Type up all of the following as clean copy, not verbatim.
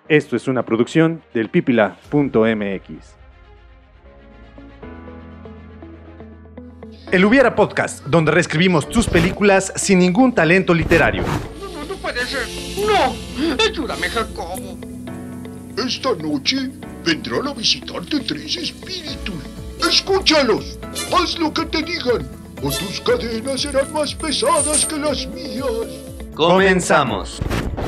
Esto es una producción del pipila.mx. El Hubiera Podcast, donde reescribimos tus películas sin ningún talento literario. No puede ser. No, ayúdame, Jacobo. Esta noche vendrán a visitarte 3 espíritus. Escúchalos, haz lo que te digan, o tus cadenas serán más pesadas que las mías. Comenzamos.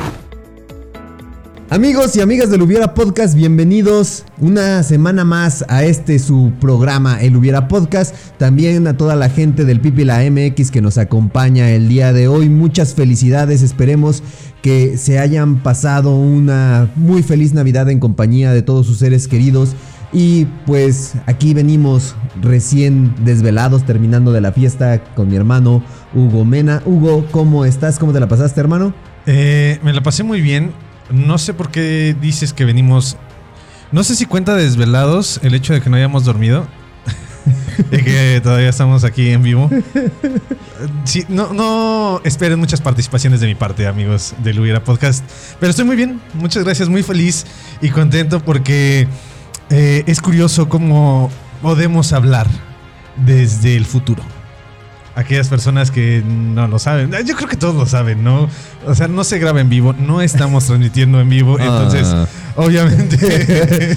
Amigos y amigas del Hubiera Podcast, bienvenidos una semana más a su programa, el Hubiera Podcast. También a toda la gente del Pipila MX que nos acompaña el día de hoy. Muchas felicidades, esperemos que se hayan pasado una muy feliz Navidad en compañía de todos sus seres queridos. Y pues aquí venimos recién desvelados, terminando de la fiesta con mi hermano Hugo Mena. Hugo, ¿cómo estás? ¿Cómo te la pasaste, hermano? Me la pasé muy bien. No sé por qué dices que venimos. No sé si cuenta de desvelados el hecho de que no hayamos dormido y que todavía estamos aquí en vivo. Sí, no esperen muchas participaciones de mi parte, amigos del Hubiera Podcast. Pero estoy muy bien, muchas gracias, muy feliz y contento porque es curioso cómo podemos hablar desde el futuro. Aquellas personas que no lo saben, yo creo que todos lo saben, ¿no? O sea, no se graba en vivo, no estamos transmitiendo en vivo, entonces obviamente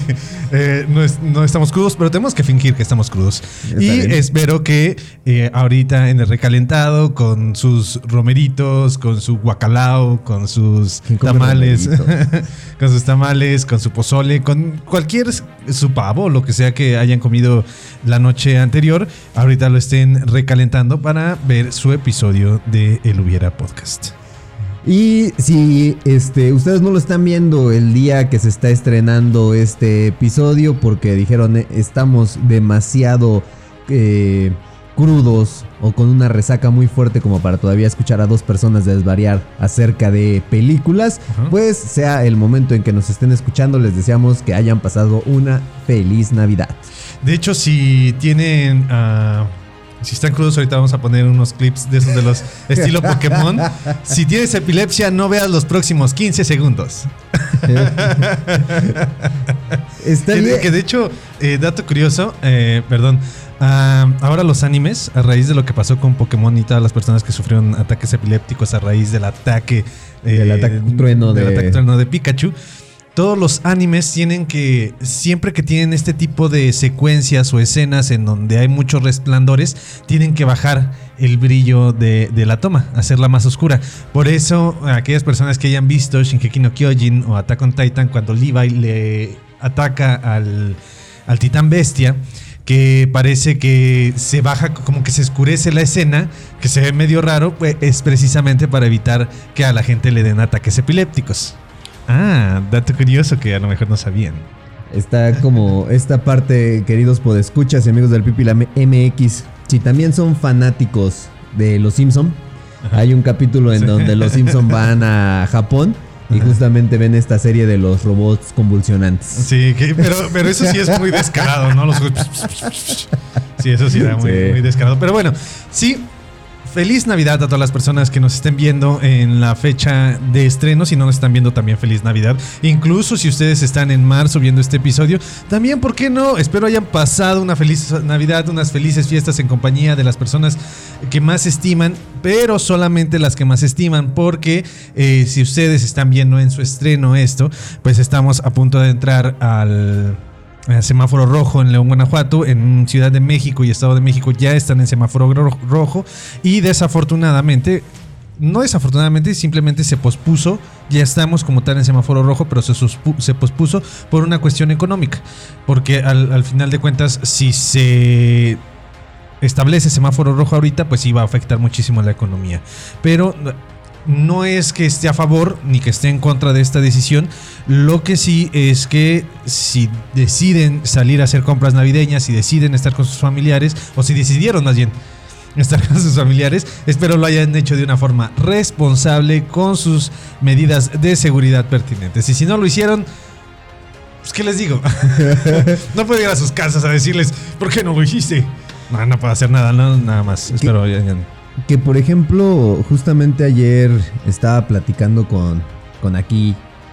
no estamos crudos, pero tenemos que fingir que estamos crudos. Y espero que ahorita en el recalentado, con sus romeritos, con su guacalao, con sus tamales, con sus tamales, con su pozole, con su pavo, lo que sea que hayan comido la noche anterior, ahorita lo estén recalentando para ver su episodio de El Hubiera Podcast. Y si ustedes no lo están viendo el día que se está estrenando este episodio porque dijeron estamos demasiado crudos o con una resaca muy fuerte como para todavía escuchar a 2 personas desvariar acerca de películas, pues sea el momento en que nos estén escuchando, les deseamos que hayan pasado una feliz Navidad. De hecho, si tienen... si están crudos, ahorita vamos a poner unos clips de esos de los estilo Pokémon. Si tienes epilepsia, no veas los próximos 15 segundos. Está bien. Que de hecho, dato curioso, ahora los animes, a raíz de lo que pasó con Pokémon y todas las personas que sufrieron ataques epilépticos a raíz del ataque trueno de Pikachu, todos los animes tienen que, siempre que tienen este tipo de secuencias o escenas en donde hay muchos resplandores, tienen que bajar el brillo de la toma, hacerla más oscura. Por eso, aquellas personas que hayan visto Shingeki no Kyojin o Attack on Titan, cuando Levi le ataca al titán bestia, que parece que se baja, como que se oscurece la escena, que se ve medio raro, pues es precisamente para evitar que a la gente le den ataques epilépticos. Dato curioso que a lo mejor no sabían. Está como esta parte, queridos podescuchas y amigos del Pipila MX. Si también son fanáticos de Los Simpson, hay un capítulo en donde Los Simpson van a Japón y justamente ven esta serie de los robots convulsionantes. Sí, pero eso sí es muy descarado, ¿no? Sí, eso sí era muy descarado. Pero bueno, sí. Feliz Navidad a todas las personas que nos estén viendo en la fecha de estreno. Si no nos están viendo, también feliz Navidad. Incluso si ustedes están en marzo viendo este episodio, también, ¿por qué no? Espero hayan pasado una feliz Navidad, unas felices fiestas en compañía de las personas que más estiman, pero solamente las que más estiman, porque si ustedes están viendo en su estreno esto, pues estamos a punto de entrar al semáforo rojo en León, Guanajuato. En Ciudad de México y Estado de México ya están en semáforo rojo y desafortunadamente, simplemente se pospuso. Ya estamos como tal en semáforo rojo, pero se pospuso por una cuestión económica, porque al final de cuentas, si se establece semáforo rojo ahorita, pues iba a afectar muchísimo a la economía. Pero no es que esté a favor ni que esté en contra de esta decisión. Lo que sí es que si deciden salir a hacer compras navideñas, si deciden estar con sus familiares, o si decidieron más bien estar con sus familiares, espero lo hayan hecho de una forma responsable, con sus medidas de seguridad pertinentes. Y si no lo hicieron, pues ¿qué les digo? No puedo ir a sus casas a decirles ¿por qué no lo hiciste? No puedo hacer nada, nada más. Espero que por ejemplo, justamente ayer estaba platicando con aquí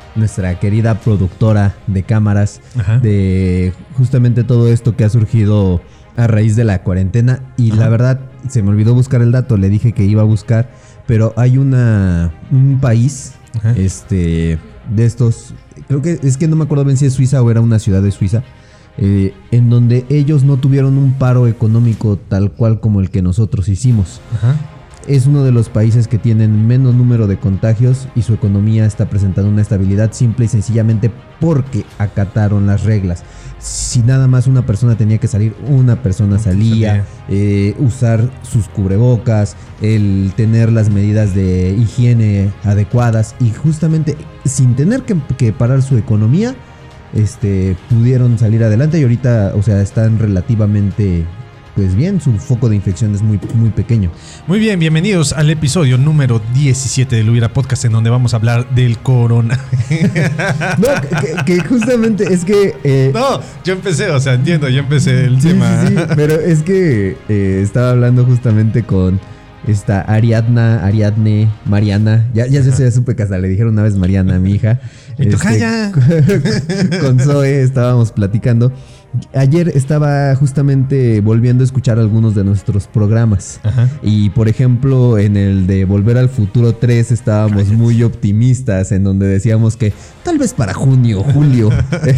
nuestra querida productora de cámaras, Ajá. de justamente todo esto que ha surgido a raíz de la cuarentena. Y Ajá. la verdad, se me olvidó buscar el dato, le dije que iba a buscar, pero hay un país, Ajá. de estos, creo que es que no me acuerdo bien si es Suiza o era una ciudad de Suiza, en donde ellos no tuvieron un paro económico tal cual como el que nosotros hicimos. Ajá. Es uno de los países que tienen menos número de contagios y su economía está presentando una estabilidad simple y sencillamente porque acataron las reglas. Si nada más una persona tenía que salir, una persona salía, usar sus cubrebocas, el tener las medidas de higiene adecuadas y justamente sin tener que parar su economía, pudieron salir adelante y ahorita, o sea, están relativamente pues bien, su foco de infección es muy, muy pequeño. Muy bien, bienvenidos al episodio número 17 del Hubiera Podcast, en donde vamos a hablar del corona. No, que justamente es que... No, yo empecé el tema. Sí, pero es que estaba hablando justamente con esta Ariadne, Mariana. Ya supe que hasta le dijeron una vez Mariana a mi hija. Y tú calla. Con Zoe estábamos platicando. Ayer estaba justamente volviendo a escuchar algunos de nuestros programas. Ajá. Y por ejemplo, en el de Volver al Futuro 3 estábamos muy optimistas, en donde decíamos que tal vez para junio, julio,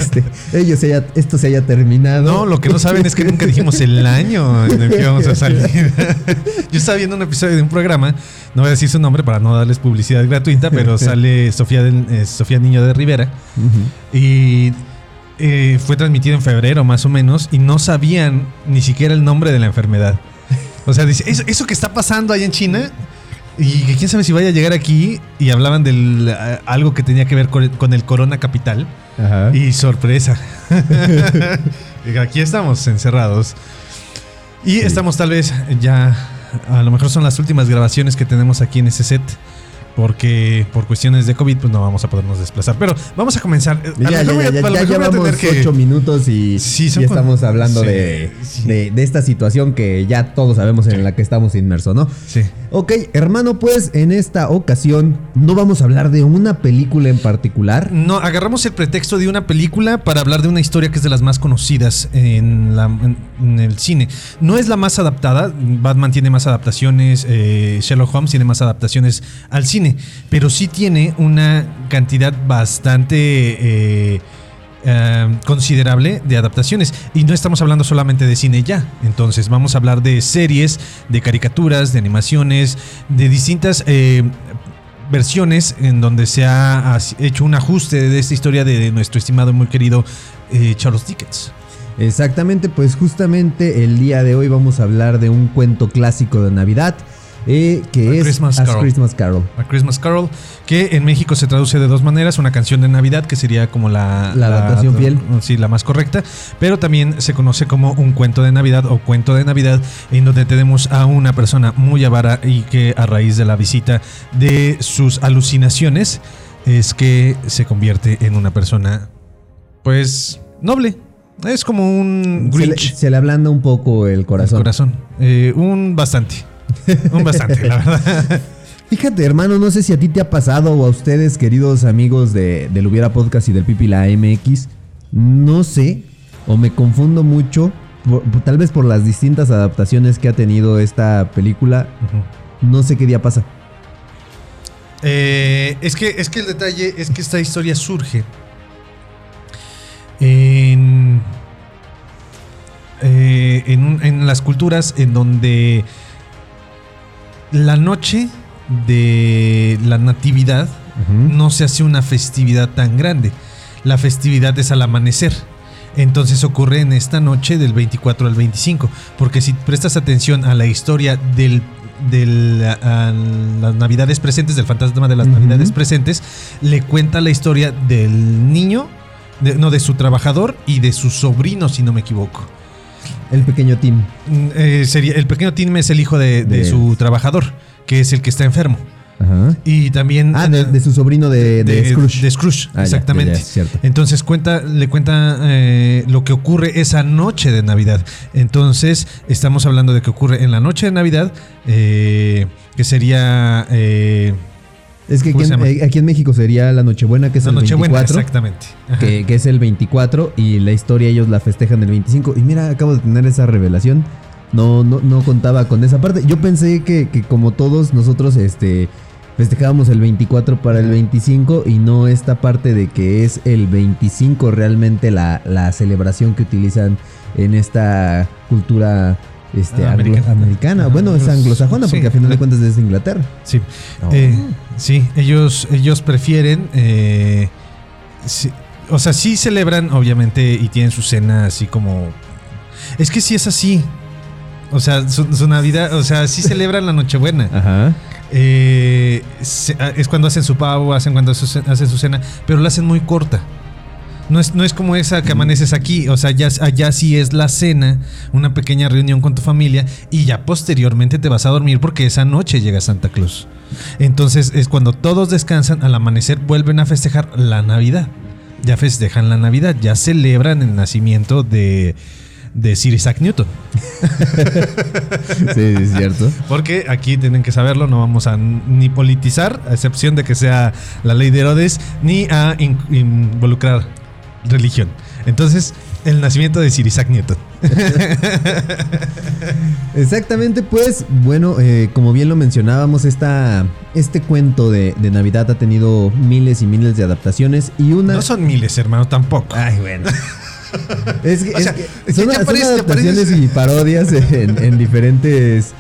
esto se haya terminado. No, lo que no saben es que nunca dijimos el año en el que íbamos a salir. Yo estaba viendo un episodio de un programa, no voy a decir su nombre para no darles publicidad gratuita, pero sale Sofía Niño de Rivera. Uh-huh. Y fue transmitido en febrero más o menos y no sabían ni siquiera el nombre de la enfermedad. O sea, dice, eso que está pasando allá en China y que quién sabe si vaya a llegar aquí, y hablaban de algo que tenía que ver con el Corona Capital. Ajá. Y sorpresa. Aquí estamos encerrados y estamos tal vez ya, a lo mejor son las últimas grabaciones que tenemos aquí en ese set, porque por cuestiones de COVID pues no vamos a podernos desplazar. Pero vamos a comenzar. Ya llevamos 8 minutos y estamos hablando de esta situación que ya todos sabemos en la que estamos inmersos, ¿no? Sí. Ok, hermano, pues en esta ocasión no vamos a hablar de una película en particular. No, agarramos el pretexto de una película para hablar de una historia que es de las más conocidas en el cine. No es la más adaptada. Batman tiene más adaptaciones, Sherlock Holmes tiene más adaptaciones al cine, pero sí tiene una cantidad bastante considerable de adaptaciones, y no estamos hablando solamente de cine ya. Entonces vamos a hablar de series, de caricaturas, de animaciones, de distintas versiones en donde se ha hecho un ajuste de esta historia de nuestro estimado y muy querido Charles Dickens. Exactamente, pues justamente el día de hoy vamos a hablar de un cuento clásico de Navidad, que es A Christmas Carol. A Christmas Carol, que en México se traduce de dos maneras: una canción de Navidad, que sería como la adaptación fiel. Sí, la más correcta, pero también se conoce como un cuento de Navidad o cuento de Navidad, en donde tenemos a una persona muy avara y que a raíz de la visita de sus alucinaciones es que se convierte en una persona pues noble. Es como un Grinch. Se le ablanda un poco el corazón. Un bastante, la verdad. Fíjate, hermano, no sé si a ti te ha pasado o a ustedes, queridos amigos del Hubiera Podcast y del Pipi la MX. No sé, o me confundo mucho, tal vez por las distintas adaptaciones que ha tenido esta película. Uh-huh. No sé qué día pasa. Es que el detalle es que esta historia surge en las culturas en donde la noche de la natividad no se hace una festividad tan grande. La festividad es al amanecer. Entonces ocurre en esta noche del 24 al 25. Porque si prestas atención a la historia las navidades presentes, del fantasma de las navidades presentes, le cuenta la historia del niño, de su trabajador y de su sobrino, si no me equivoco. El pequeño Tim. El pequeño Tim es el hijo de su trabajador, que es el que está enfermo. Ajá. Y también de su sobrino de Scrooge. De Scrooge, exactamente. Cierto. Entonces le cuenta lo que ocurre esa noche de Navidad. Entonces estamos hablando de que ocurre en la noche de Navidad, que sería Es que ¿Cómo se llama? aquí en México sería la Nochebuena, que es el Nochebuena, 24. exactamente. Ajá. Que es el 24 y la historia ellos la festejan el 25. Y mira, acabo de tener esa revelación. No contaba con esa parte. Yo pensé que como todos nosotros festejábamos el 24 para el 25 y no esta parte de que es el 25 realmente la celebración que utilizan en esta cultura americana. Bueno, es anglosajona porque Sí. a final de cuentas es de Inglaterra. Sí. Oh. Sí, ellos prefieren. Sí, o sea, sí celebran, obviamente, y tienen su cena así como. Es que sí es así. O sea, su Navidad, o sea, sí celebran la Nochebuena. Ajá. Es cuando hacen su pavo, cuando hacen su cena, pero la hacen muy corta. No es como esa que amaneces aquí. O sea, allá sí es la cena, una pequeña reunión con tu familia y ya posteriormente te vas a dormir porque esa noche llega Santa Claus. Entonces es cuando todos descansan, al amanecer vuelven a festejar la Navidad. Ya festejan la Navidad, ya celebran el nacimiento de Sir Isaac Newton. Sí, es cierto. Porque aquí tienen que saberlo, no vamos a ni politizar, a excepción de que sea la ley de Herodes, ni a involucrar religión. Entonces, el nacimiento de Sir Isaac Newton. Exactamente, pues, bueno, como bien lo mencionábamos, este cuento de Navidad ha tenido miles y miles de adaptaciones y una... No son miles, hermano, tampoco. Ay, bueno. Es que, O sea, son ¿te parece- adaptaciones y parodias en diferentes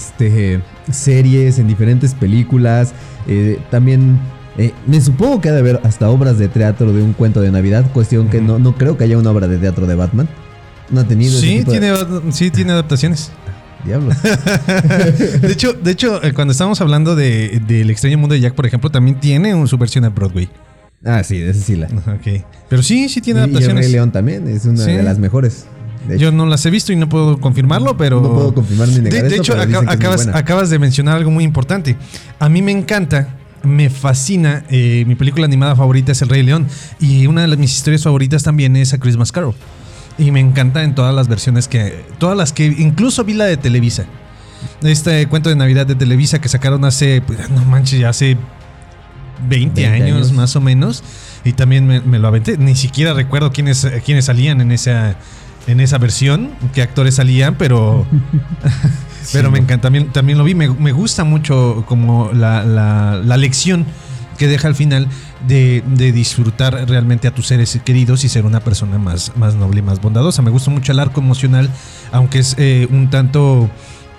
series, en diferentes películas. También me supongo que ha de haber hasta obras de teatro de un cuento de Navidad. Cuestión que no creo que haya una obra de teatro de Batman. No ha tenido ese Sí, tipo tiene adaptaciones. Diablos. De hecho, cuando estábamos hablando del extraño mundo de Jack, por ejemplo, también tiene su versión en Broadway. Ah, sí, esa sí la. Ok. Pero sí tiene Y el adaptaciones. Rey León también es una Sí. de las mejores. De hecho, Yo no las he visto y no puedo confirmarlo, pero... no puedo confirmar ni negar De esto, hecho, pero dicen que es muy buena. acabas de mencionar algo muy importante. A mí me encanta, me fascina, mi película animada favorita es El Rey León. Y una de mis historias favoritas también es A Christmas Carol. Y me encanta en todas las versiones todas las que, incluso vi la de Televisa. Este cuento de Navidad de Televisa que sacaron hace, pues, no manches, ya hace 20 años más o menos. Y también me lo aventé. Ni siquiera recuerdo quiénes salían en esa versión, qué actores salían, pero pero me encanta. También lo vi. Me gusta mucho como la lección que deja al final de disfrutar realmente a tus seres queridos y ser una persona más noble y más bondadosa. Me gusta mucho el arco emocional, aunque es un tanto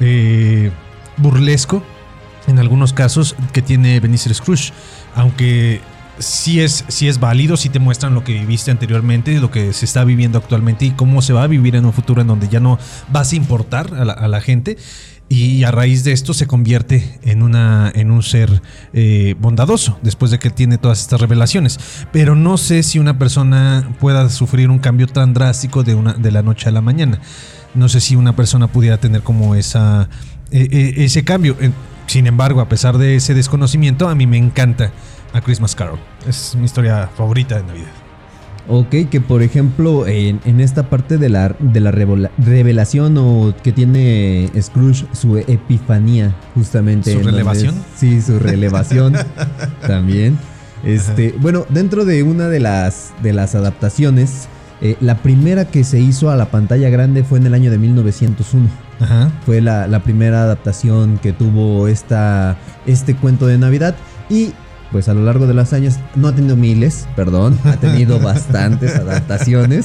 burlesco en algunos casos que tiene Ebenezer Scrooge, aunque sí es válido, sí te muestran lo que viviste anteriormente, lo que se está viviendo actualmente y cómo se va a vivir en un futuro en donde ya no vas a importar a la gente. Y a raíz de esto se convierte en un ser bondadoso después de que tiene todas estas revelaciones. Pero no sé si una persona pueda sufrir un cambio tan drástico de la noche a la mañana. No sé si una persona pudiera tener como ese cambio. Sin embargo, a pesar de ese desconocimiento, a mí me encanta A Christmas Carol. Es mi historia favorita de Navidad. Ok, que por ejemplo en esta parte de la revelación o que tiene Scrooge su epifanía justamente. ¿Su relevación? Sí, su relevación también. Bueno, dentro de una de las adaptaciones, la primera que se hizo a la pantalla grande fue en el año de 1901. Ajá. Fue la primera adaptación que tuvo este cuento de Navidad y pues a lo largo de los años no ha tenido miles, perdón, ha tenido bastantes adaptaciones.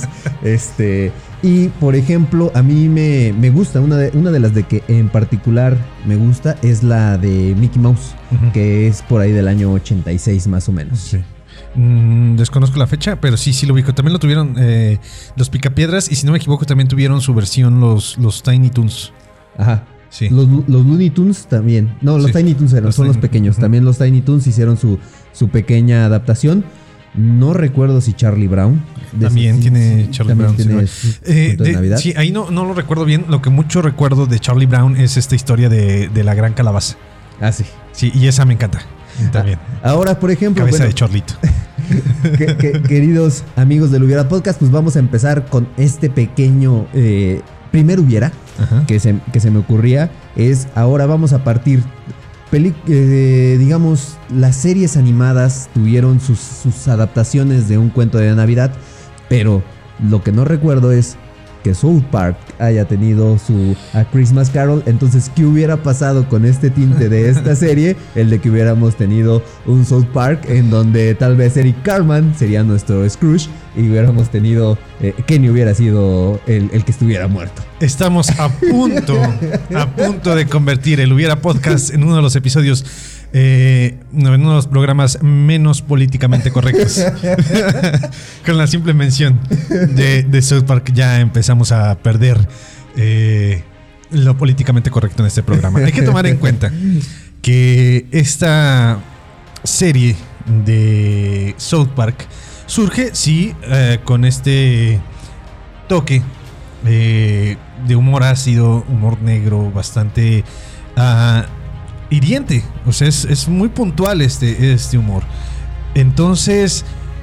Y por ejemplo, a mí me gusta, una de las de que en particular me gusta es la de Mickey Mouse, que es por ahí del año 86 más o menos. Sí. Desconozco la fecha, pero sí lo ubico. También lo tuvieron los Picapiedras y si no me equivoco también tuvieron su versión los Tiny Toons. Ajá. Sí. Los Looney Tunes también. No, los Sí. Tiny Toons son los pequeños. También los Tiny Toons hicieron su pequeña adaptación. No recuerdo si Charlie Brown. También tiene Charlie Brown. Tiene su cuento de Navidad. Sí, ahí no lo recuerdo bien. Lo que mucho recuerdo de Charlie Brown es esta historia de la gran calabaza. Ah, sí. Sí, y esa me encanta. También. Ahora, por ejemplo, Cabeza bueno, de Chorlito. queridos amigos del Hubiera Podcast, pues vamos a empezar con este pequeño primer hubiera Ajá. que se me ocurría. Es ahora vamos a partir digamos, las series animadas tuvieron sus adaptaciones de un cuento de Navidad, pero lo que no recuerdo es que South Park haya tenido su A Christmas Carol. Entonces, ¿qué hubiera pasado con este tinte de esta serie? El de que hubiéramos tenido un South Park en donde tal vez Eric Cartman sería nuestro Scrooge y hubiéramos tenido Kenny hubiera sido el que estuviera muerto. Estamos a punto de convertir el Hubiera Podcast en uno de los episodios, en uno de los programas menos políticamente correctos. Con la simple mención de South Park ya empezamos a perder lo políticamente correcto en este programa. Hay que tomar en cuenta que esta serie de South Park surge, sí, con este toque de humor ácido, humor negro, bastante hiriente. O sea, es muy puntual este humor. Entonces,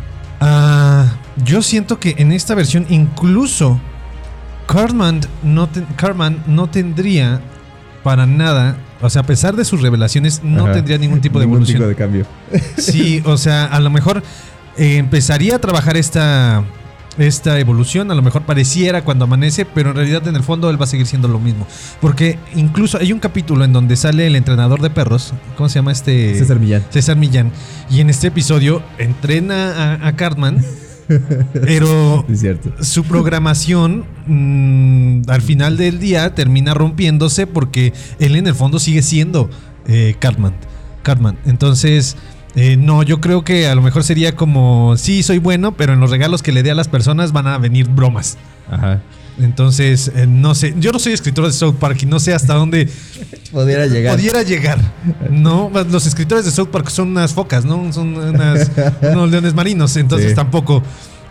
yo siento que en esta versión incluso Cartman no tendría para nada, o sea, a pesar de sus revelaciones, no tendría ningún tipo de evolución. Ningún tipo de cambio. Sí, o sea, a lo mejor empezaría a trabajar esta evolución, a lo mejor pareciera cuando amanece, pero en realidad en el fondo él va a seguir siendo lo mismo. Porque incluso hay un capítulo en donde sale el entrenador de perros, ¿cómo se llama este? César Millán. Y en este episodio entrena a Cartman, pero es cierto. Su programación al final del día termina rompiéndose porque él en el fondo sigue siendo Cartman. Entonces, no, yo creo que a lo mejor sería como, sí, soy bueno, pero en los regalos que le dé a las personas van a venir bromas. Ajá. Entonces, no sé, yo no soy escritor de South Park y no sé hasta dónde pudiera llegar. No, los escritores de South Park son unas focas, ¿no? Son unos leones marinos, entonces sí. Tampoco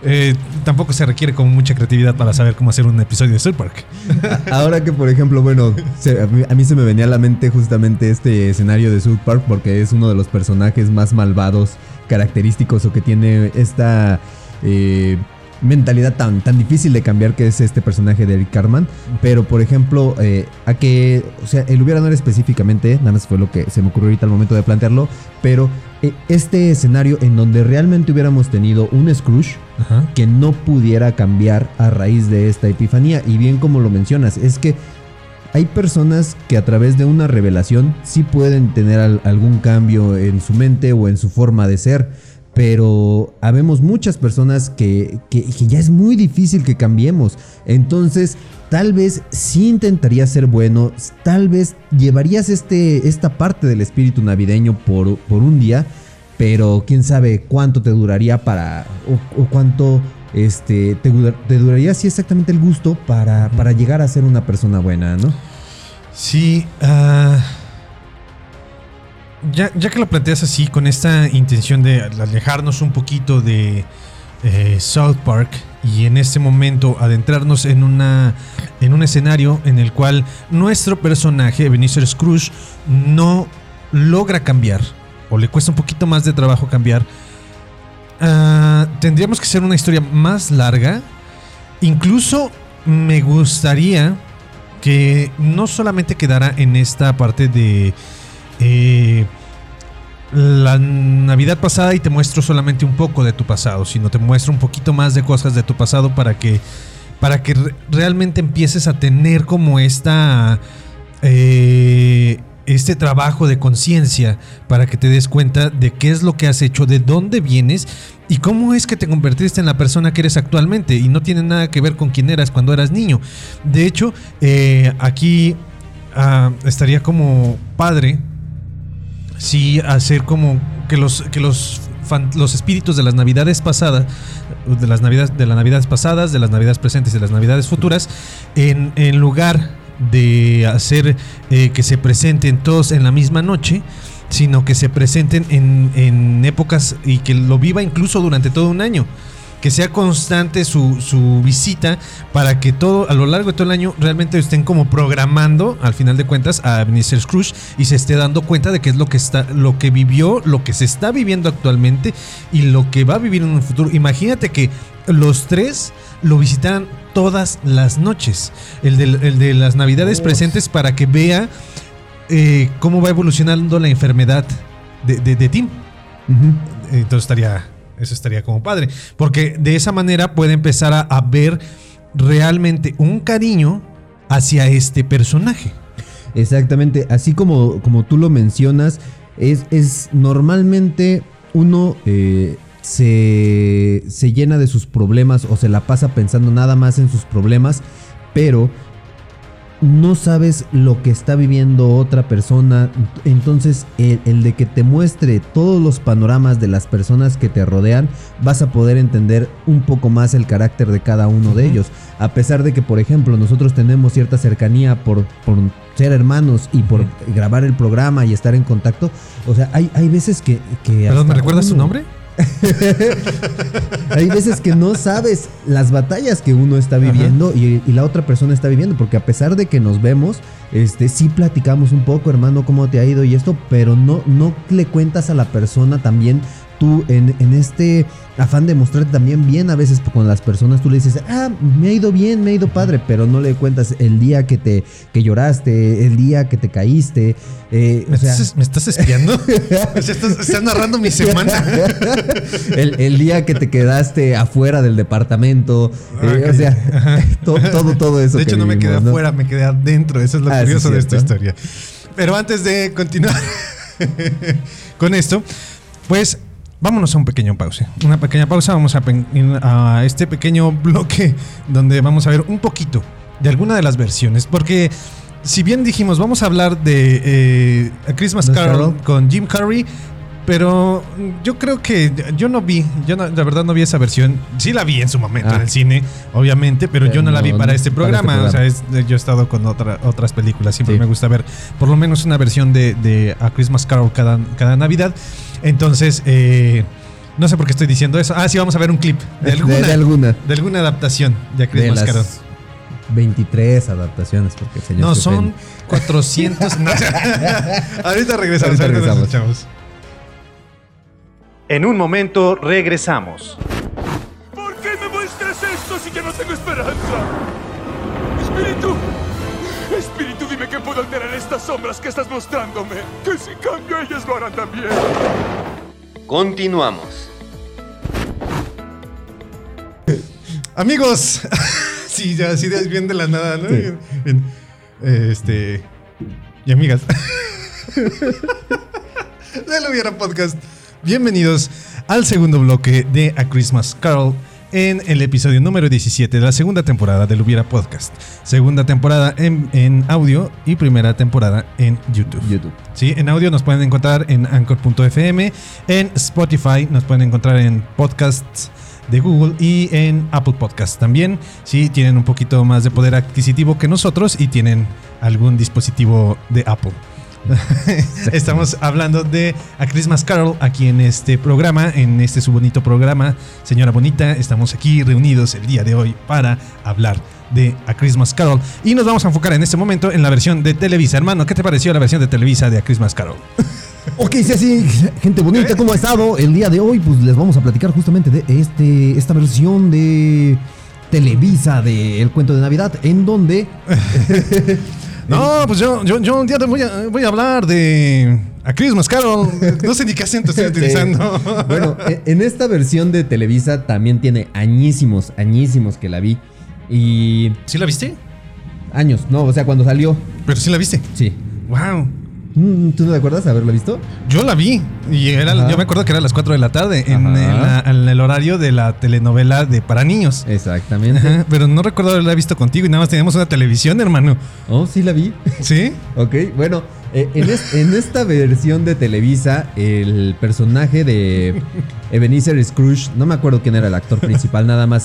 se requiere como mucha creatividad para saber cómo hacer un episodio de South Park. Ahora que, por ejemplo, bueno, a mí se me venía a la mente justamente este escenario de South Park porque es uno de los personajes más malvados, característicos o que tiene esta mentalidad tan difícil de cambiar que es este personaje de Eric Cartman. Pero, por ejemplo, o sea, el hubiera no era específicamente, nada más fue lo que se me ocurrió ahorita al momento de plantearlo, pero este escenario en donde realmente hubiéramos tenido un Scrooge que no pudiera cambiar a raíz de esta epifanía. Y bien como lo mencionas, es que hay personas que a través de una revelación sí pueden tener algún cambio en su mente o en su forma de ser. Pero habemos muchas personas que ya es muy difícil que cambiemos. Entonces, tal vez sí intentarías ser bueno. Tal vez llevarías esta parte del espíritu navideño por un día. Pero quién sabe cuánto te duraría o cuánto te duraría sí exactamente el gusto para llegar a ser una persona buena, ¿no? Sí, Ya que lo planteas así, con esta intención de alejarnos un poquito de South Park y en este momento adentrarnos en un escenario en el cual nuestro personaje, Ebenezer Scrooge, no logra cambiar o le cuesta un poquito más de trabajo cambiar, tendríamos que hacer una historia más larga. Incluso me gustaría que no solamente quedara en esta parte de la Navidad pasada y te muestro solamente un poco de tu pasado, sino te muestro un poquito más de cosas de tu pasado para que realmente empieces a tener como este trabajo de conciencia, para que te des cuenta de qué es lo que has hecho, de dónde vienes y cómo es que te convertiste en la persona que eres actualmente, y no tiene nada que ver con quién eras cuando eras niño. De hecho, aquí estaría como padre sí hacer como que los espíritus de las navidades pasadas, de las navidades pasadas, de las navidades presentes y de las navidades futuras, en lugar de hacer que se presenten todos en la misma noche, sino que se presenten en épocas y que lo viva incluso durante todo un año. Que sea constante su visita, para que a lo largo de todo el año realmente estén como programando, al final de cuentas, a Ebenezer Scrooge y se esté dando cuenta de qué es lo que vivió, lo que se está viviendo actualmente y lo que va a vivir en un futuro. Imagínate que los tres lo visitaran todas las noches, el de las navidades presentes, para que vea cómo va evolucionando la enfermedad de Tim. Uh-huh. Entonces eso estaría como padre, porque de esa manera puede empezar a ver realmente un cariño hacia este personaje. Exactamente, así como tú lo mencionas, es normalmente uno se llena de sus problemas o se la pasa pensando nada más en sus problemas, pero no sabes lo que está viviendo otra persona. Entonces el de que te muestre todos los panoramas de las personas que te rodean, vas a poder entender un poco más el carácter de cada uno de ellos. A pesar de que, por ejemplo, nosotros tenemos cierta cercanía por ser hermanos y por grabar el programa y estar en contacto. O sea, hay veces que ¿Perdón, me recuerdas su nombre? Hay veces que no sabes las batallas que uno está viviendo y la otra persona está viviendo, porque a pesar de que nos vemos, sí platicamos un poco, hermano, cómo te ha ido y esto, pero no le cuentas a la persona también. Tú en este afán de mostrarte también bien, a veces con las personas tú le dices, me ha ido bien, me ha ido padre, pero no le cuentas el día que lloraste, el día que te caíste. ¿Me estás espiando? ¿Estás narrando mi semana? el día que te quedaste afuera del departamento. Okay. O sea, todo eso. De hecho, no me quedé afuera, me quedé adentro. Eso es lo curioso de esta historia. Pero antes de continuar con esto, pues vámonos a una pequeña pausa. Vamos a este pequeño bloque donde vamos a ver un poquito de alguna de las versiones. Porque si bien dijimos, vamos a hablar de A Christmas Carol con Jim Carrey, pero yo creo que la verdad no vi esa versión. Sí la vi en su momento en el cine, obviamente, pero yo no la vi para este programa. O sea, yo he estado con otras películas. Siempre me gusta ver por lo menos una versión de A Christmas Carol cada Navidad. Entonces, no sé por qué estoy diciendo eso. Sí, vamos a ver un clip de alguna adaptación de A Christmas Carol. 23 adaptaciones, porque el señor no, son 400. Ahorita regresamos. Chavos. En un momento regresamos. ¿Por qué me muestras esto si ya no tengo esperanza? Espíritu, dime que puedo alterar estas sombras que estás mostrándome. Que si cambio ellas lo harán también. Continuamos. Amigos, sí, ya así bien de la nada, ¿no? Sí. Bien. Y amigas del Hubiera Podcast, bienvenidos al segundo bloque de A Christmas Carol en el episodio número 17 de la segunda temporada del Hubiera Podcast. Segunda temporada en audio y primera temporada en YouTube. Sí, en audio nos pueden encontrar en Anchor.fm, en Spotify nos pueden encontrar en podcasts de Google y en Apple Podcasts también. Si tienen un poquito más de poder adquisitivo que nosotros y tienen algún dispositivo de Apple. Estamos hablando de A Christmas Carol aquí en este programa, en este su bonito programa, señora bonita. Estamos aquí reunidos el día de hoy para hablar de A Christmas Carol y nos vamos a enfocar en este momento en la versión de Televisa. Hermano, ¿qué te pareció la versión de Televisa de A Christmas Carol? Ok, sí, gente bonita, ¿cómo ha estado? El día de hoy pues les vamos a platicar justamente de esta versión de Televisa de El Cuento de Navidad, en donde... No, pues yo un día voy a hablar de A Christmas Carol. No sé ni qué acento estoy utilizando. Bueno, en esta versión de Televisa también tiene añísimos que la vi. Y... ¿Sí la viste? Años, no, o sea, cuando salió. ¿Pero sí la viste? Sí. Wow. ¿Tú no te acuerdas de haberla visto? Yo la vi y yo me acuerdo que era a las 4 de la tarde en el horario de la telenovela de para niños. Exactamente. Ajá, pero no recuerdo haberla visto contigo y nada más teníamos una televisión, hermano. Oh, sí la vi. ¿Sí? Ok, bueno, en esta versión de Televisa, el personaje de Ebenezer Scrooge, no me acuerdo quién era el actor principal, nada más.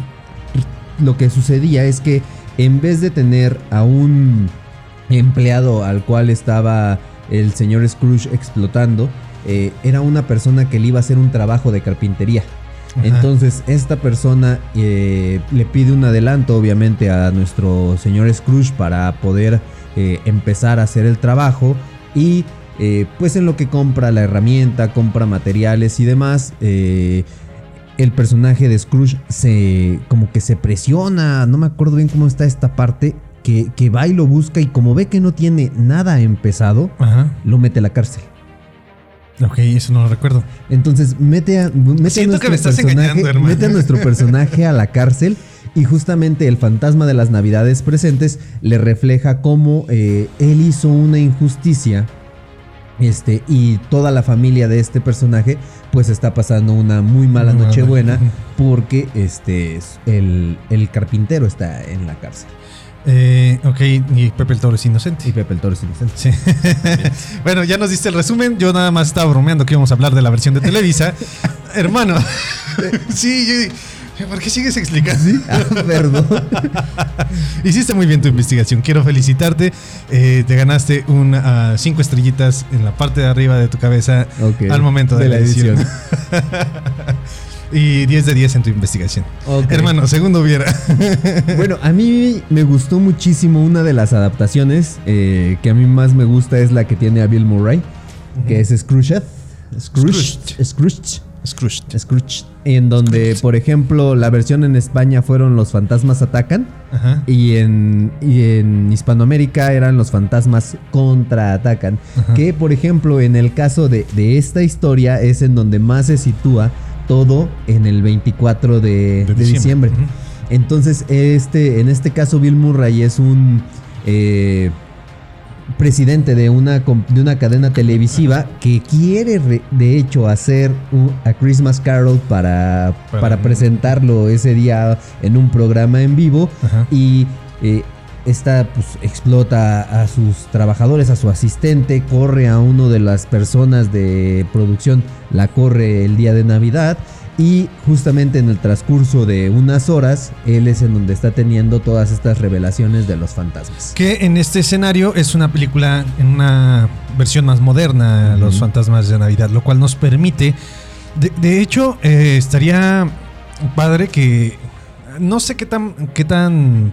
Lo que sucedía es que en vez de tener a un empleado al cual estaba el señor Scrooge explotando, era una persona que le iba a hacer un trabajo de carpintería. Ajá. Entonces esta persona le pide un adelanto obviamente a nuestro señor Scrooge para poder empezar a hacer el trabajo y pues en lo que compra la herramienta, compra materiales y demás, el personaje de Scrooge como que se presiona, no me acuerdo bien cómo está esta parte, que va y lo busca, y como ve que no tiene nada empezado, Ajá. lo mete a la cárcel. Ok, eso no lo recuerdo. Entonces mete a Siento que me estás engañando, hermano. mete a nuestro personaje a la cárcel, y justamente el fantasma de las navidades presentes le refleja cómo él hizo una injusticia, y toda la familia de este personaje pues está pasando una muy mala Nochebuena porque el carpintero está en la cárcel. Ok, y Pepe el Toro es inocente. Y Pepe el Toro es inocente. Sí. Bueno, ya nos diste el resumen. Yo nada más estaba bromeando que íbamos a hablar de la versión de Televisa. Hermano. Sí, yo dije, ¿por qué sigues explicando? ¿Sí? Perdón. Hiciste muy bien tu investigación. Quiero felicitarte. Te ganaste 5 estrellitas en la parte de arriba de tu cabeza al momento de la edición. Y 10 de 10 en tu investigación. Okay. Hermano, segundo hubiera. Bueno, a mí me gustó muchísimo una de las adaptaciones que a mí más me gusta, es la que tiene a Bill Murray, que es Scrooged. En donde, por ejemplo, la versión en España fueron Los fantasmas atacan. Ajá. Y en Hispanoamérica eran Los fantasmas contraatacan. Ajá. Que, por ejemplo, en el caso de esta historia es en donde más se sitúa todo en el 24 de diciembre. Uh-huh. Entonces, en este caso, Bill Murray es un presidente de una cadena televisiva que quiere, de hecho, hacer A Christmas Carol para presentarlo ese día en un programa en vivo. Uh-huh. Y esta pues explota a sus trabajadores, a su asistente, corre a uno de las personas de producción, la corre el día de Navidad, y justamente en el transcurso de unas horas, él es en donde está teniendo todas estas revelaciones de los fantasmas. Que en este escenario es una película en una versión más moderna, uh-huh. Los fantasmas de Navidad, lo cual nos permite, de hecho, estaría padre que, no sé qué tan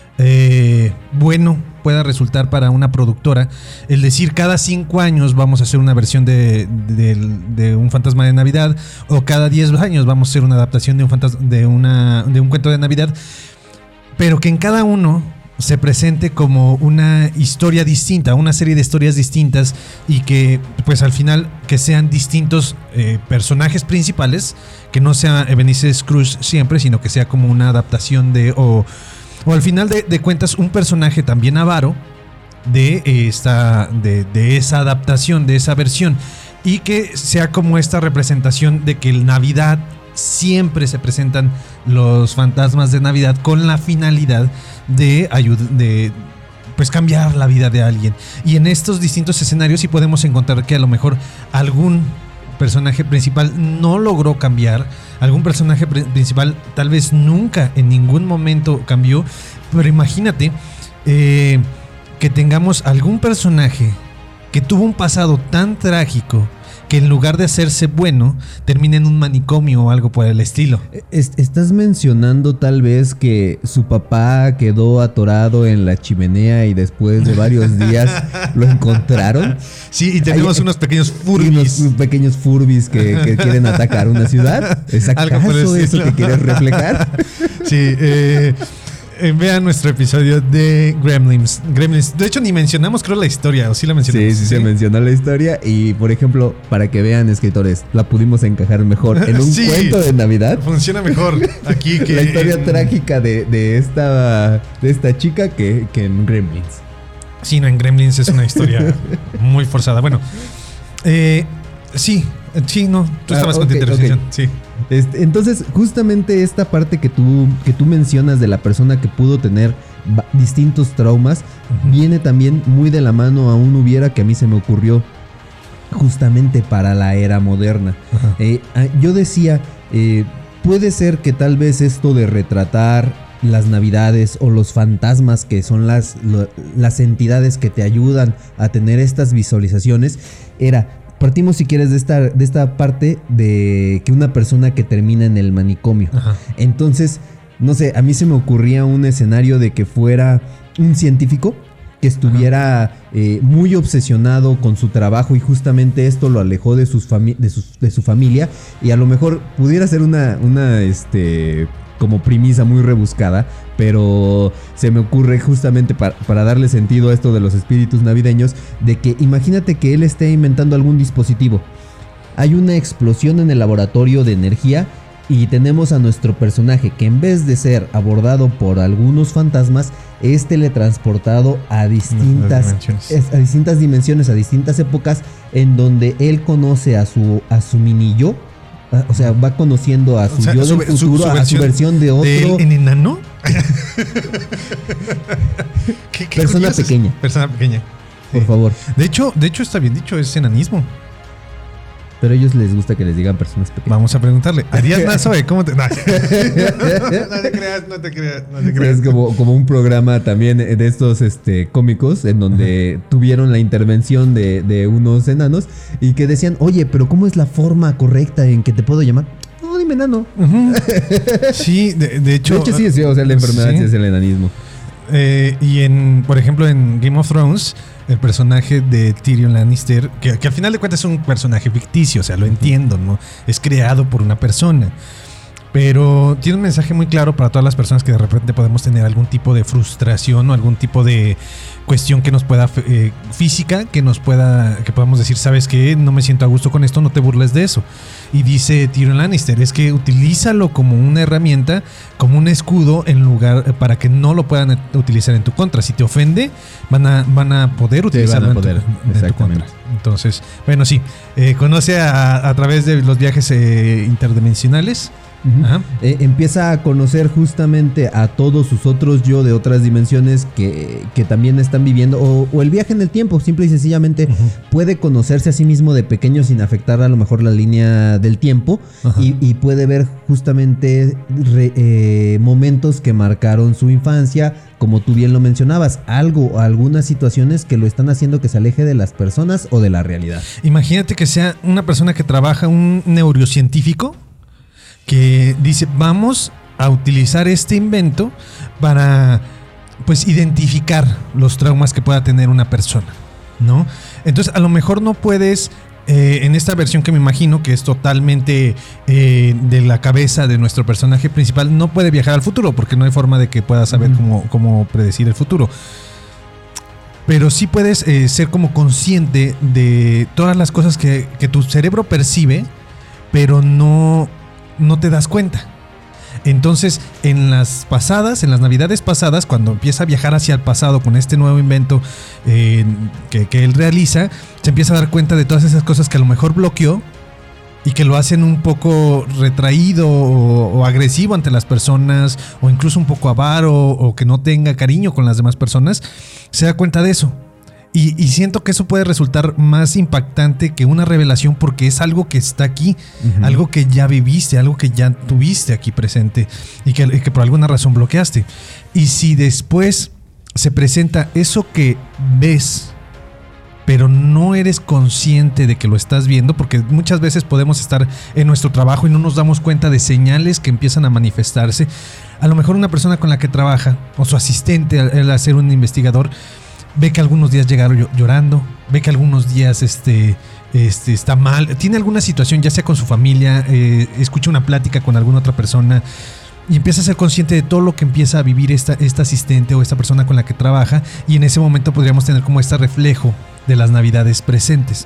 bueno pueda resultar para una productora el decir cada 5 años vamos a hacer una versión de un fantasma de Navidad, o cada 10 años vamos a hacer una adaptación de un cuento de Navidad, pero que en cada uno se presente como una historia distinta, una serie de historias distintas, y que pues al final que sean distintos personajes principales, que no sea Ebenezer Scrooge siempre, sino que sea como una adaptación o al final de cuentas un personaje también avaro de esa adaptación, de esa versión, y que sea como esta representación de que en Navidad siempre se presentan los fantasmas de Navidad con la finalidad de pues cambiar la vida de alguien. Y en estos distintos escenarios sí podemos encontrar que a lo mejor algún personaje principal no logró cambiar, algún personaje principal tal vez nunca en ningún momento cambió, pero imagínate que tengamos algún personaje que tuvo un pasado tan trágico que en lugar de hacerse bueno termina en un manicomio o algo por el estilo. ¿Estás mencionando tal vez que su papá quedó atorado en la chimenea y después de varios días lo encontraron? Sí, y tenemos unos pequeños furbis. Unos pequeños furbis que quieren atacar una ciudad. ¿Es acaso eso que quieres reflejar? Sí, vean nuestro episodio de Gremlins. De hecho, ni mencionamos, creo, la historia. ¿O sí la mencionamos? Sí, se mencionó la historia. Y, por ejemplo, para que vean, escritores, la pudimos encajar mejor en un cuento de Navidad. Funciona mejor aquí que... La historia trágica de esta chica que en Gremlins. Sí, no, en Gremlins es una historia muy forzada. Bueno, sí, no, tú estabas con tu intervención. Sí. Entonces, justamente esta parte que tú mencionas de la persona que pudo tener distintos traumas, uh-huh. viene también muy de la mano a un hubiera que a mí se me ocurrió justamente para la era moderna. Uh-huh. Yo decía, puede ser que tal vez esto de retratar las navidades o los fantasmas, que son las entidades que te ayudan a tener estas visualizaciones, partimos, si quieres, de esta parte de que una persona que termina en el manicomio. Ajá. Entonces, no sé, a mí se me ocurría un escenario de que fuera un científico que estuviera muy obsesionado con su trabajo, y justamente esto lo alejó de su familia, y a lo mejor pudiera ser una como premisa muy rebuscada, pero se me ocurre justamente para darle sentido a esto de los espíritus navideños, de que imagínate que él esté inventando algún dispositivo. Hay una explosión en el laboratorio de energía y tenemos a nuestro personaje que en vez de ser abordado por algunos fantasmas, es teletransportado a distintas dimensiones, a distintas épocas, en donde él conoce a su mini yo. O sea, va conociendo a su yo del futuro, a su versión de otro. ¿En enano? Persona pequeña. Persona pequeña. Por favor. De hecho, está bien dicho, es enanismo. Pero a ellos les gusta que les digan personas pequeñas. Vamos a preguntarle. Arias Nazoe, ¿cómo te...? No te creas. Es como un programa también de estos cómicos en donde tuvieron la intervención de unos enanos y que decían, oye, pero ¿cómo es la forma correcta en que te puedo llamar? No, dime enano. Sí, de hecho... De hecho sí, o sea, la enfermedad sí es el enanismo. Y por ejemplo, en Game of Thrones, el personaje de Tyrion Lannister, que al final de cuentas es un personaje ficticio, o sea, lo entiendo, ¿no? Es creado por una persona. Pero tiene un mensaje muy claro para todas las personas que de repente podemos tener algún tipo de frustración o algún tipo de cuestión que nos pueda física, que podamos decir, ¿sabes qué? No me siento a gusto con esto, no te burles de eso. Y dice Tyrion Lannister, es que utilízalo como una herramienta, como un escudo en lugar para que no lo puedan utilizar en tu contra. Si te ofende, van a poder utilizarlo en tu contra. Entonces, bueno, sí, conoce a través de los viajes interdimensionales. Empieza a conocer justamente a todos sus otros yo de otras dimensiones que también están viviendo o el viaje en el tiempo, simple y sencillamente puede conocerse a sí mismo de pequeño sin afectar a lo mejor la línea del tiempo y puede ver justamente momentos que marcaron su infancia, como tú bien lo mencionabas, algunas situaciones que lo están haciendo que se aleje de las personas o de la realidad. Imagínate que sea una persona que trabaja, un neurocientífico, que dice, vamos a utilizar este invento para, pues, identificar los traumas que pueda tener una persona, ¿no? Entonces, a lo mejor no puedes, en esta versión que me imagino que es totalmente de la cabeza de nuestro personaje principal, no puede viajar al futuro porque no hay forma de que pueda saber cómo predecir el futuro. Pero sí puedes ser como consciente de todas las cosas que tu cerebro percibe, pero no te das cuenta. Entonces, en las navidades pasadas, cuando empieza a viajar hacia el pasado con este nuevo invento que él realiza, se empieza a dar cuenta de todas esas cosas que a lo mejor bloqueó y que lo hacen un poco retraído o agresivo ante las personas, o incluso un poco avaro, o que no tenga cariño con las demás personas. Se da cuenta de eso. Y siento que eso puede resultar más impactante que una revelación, porque es algo que está aquí, algo que ya viviste, algo que ya tuviste aquí presente y que por alguna razón bloqueaste. Y si después se presenta eso que ves, pero no eres consciente de que lo estás viendo, porque muchas veces podemos estar en nuestro trabajo y no nos damos cuenta de señales que empiezan a manifestarse. A lo mejor una persona con la que trabaja, o su asistente al ser un investigador, ve que algunos días llegaron llorando, ve que algunos días está mal, tiene alguna situación, ya sea con su familia, escucha una plática con alguna otra persona y empieza a ser consciente de todo lo que empieza a vivir esta asistente o esta persona con la que trabaja, y en ese momento podríamos tener como este reflejo de las navidades presentes.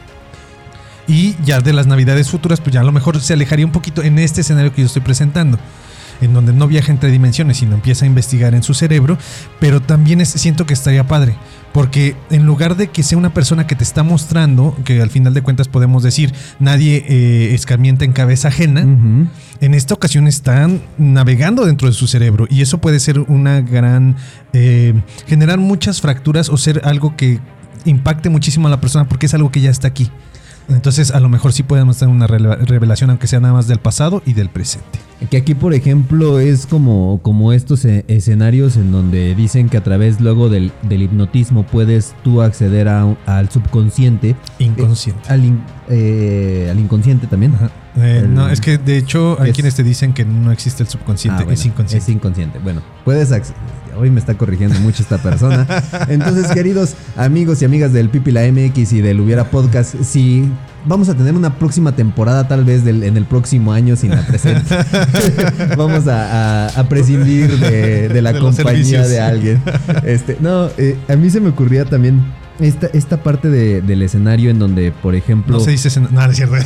Y ya de las navidades futuras, pues ya a lo mejor se alejaría un poquito en este escenario que yo estoy presentando, en donde no viaja entre dimensiones, sino empieza a investigar en su cerebro. Pero también siento que estaría padre, porque en lugar de que sea una persona que te está mostrando, que al final de cuentas podemos decir, nadie escarmienta en cabeza ajena, en esta ocasión están navegando dentro de su cerebro, y eso puede ser una gran... generar muchas fracturas o ser algo que impacte muchísimo a la persona, porque es algo que ya está aquí. Entonces a lo mejor sí podemos tener una revelación, aunque sea nada más del pasado y del presente. Que aquí, por ejemplo, es como estos escenarios en donde dicen que a través luego del hipnotismo puedes tú acceder al subconsciente. Inconsciente. Al inconsciente también. No, es que de hecho hay quienes te dicen que no existe el subconsciente, bueno, es inconsciente. Es inconsciente. Bueno, puedes hoy me está corrigiendo mucho esta persona. Entonces, queridos amigos y amigas del Pipi la MX y del Hubiera Podcast, si vamos a tener una próxima temporada tal vez en el próximo año sin la presente. Vamos a prescindir de la compañía de alguien. A mí se me ocurría también esta parte del escenario en donde, por ejemplo... No se dice escenario. No, es cierto.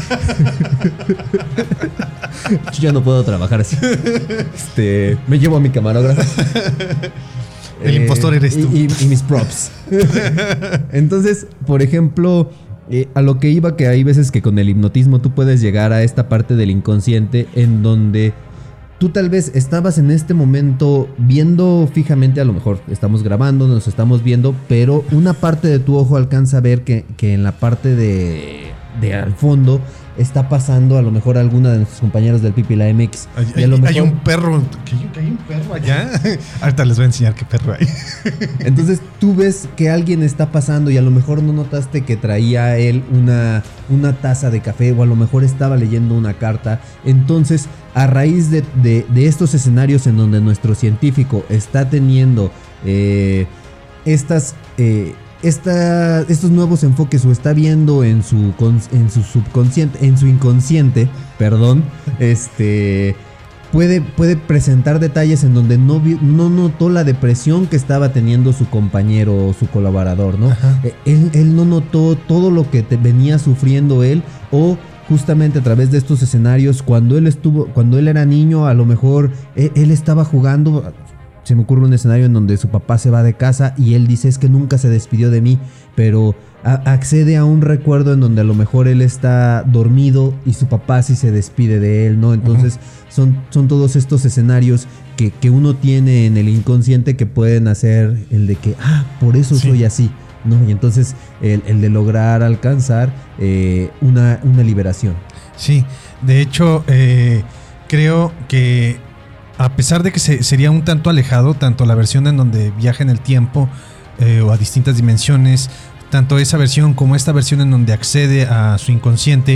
Yo ya no puedo trabajar así. Me llevo a mi camarógrafo. El impostor eres tú. Y mis props. Entonces, por ejemplo, a lo que iba, que hay veces que con el hipnotismo tú puedes llegar a esta parte del inconsciente en donde tú tal vez estabas en este momento viendo fijamente, a lo mejor estamos grabando, nos estamos viendo, pero una parte de tu ojo alcanza a ver que en la parte de al fondo está pasando a lo mejor alguna de nuestros compañeros del Pipi la MX. Hay un perro. ¿Hay un perro allá? Ahorita les voy a enseñar qué perro hay. Entonces tú ves que alguien está pasando y a lo mejor no notaste que traía él una taza de café, o a lo mejor estaba leyendo una carta. Entonces, a raíz de estos escenarios en donde nuestro científico está teniendo estos nuevos enfoques, o está viendo en su subconsciente, en su inconsciente, puede presentar detalles en donde no notó la depresión que estaba teniendo su compañero o su colaborador, ¿no? Él no notó todo lo que venía sufriendo él, o justamente a través de estos escenarios, cuando él era niño, a lo mejor él estaba jugando. Se me ocurre un escenario en donde su papá se va de casa y él dice: es que nunca se despidió de mí, pero accede a un recuerdo en donde a lo mejor él está dormido y su papá sí se despide de él, ¿no? Entonces son todos estos escenarios que uno tiene en el inconsciente que pueden hacer el de que, por eso soy así, ¿no? Y entonces el de lograr alcanzar una liberación. Sí, de hecho, creo que a pesar de que sería un tanto alejado, tanto la versión en donde viaja en el tiempo o a distintas dimensiones, tanto esa versión como esta versión en donde accede a su inconsciente,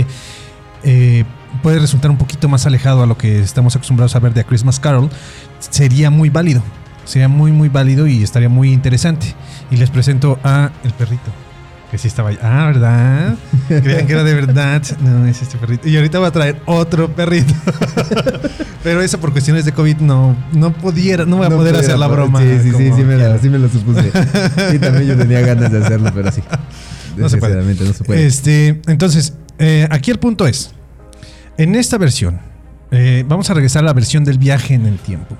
puede resultar un poquito más alejado a lo que estamos acostumbrados a ver de A Christmas Carol. Sería muy válido, muy válido y estaría muy interesante. Y les presento a el perrito, que sí estaba ahí. ¿Verdad? Creían que era de verdad. No, es este perrito. Y ahorita voy a traer otro perrito. Pero eso por cuestiones de COVID no voy a poder hacer la broma. Sí, me lo supuse. Sí, también yo tenía ganas de hacerlo, pero sí. No se puede. Entonces, aquí el punto es, en esta versión, vamos a regresar a la versión del viaje en el tiempo.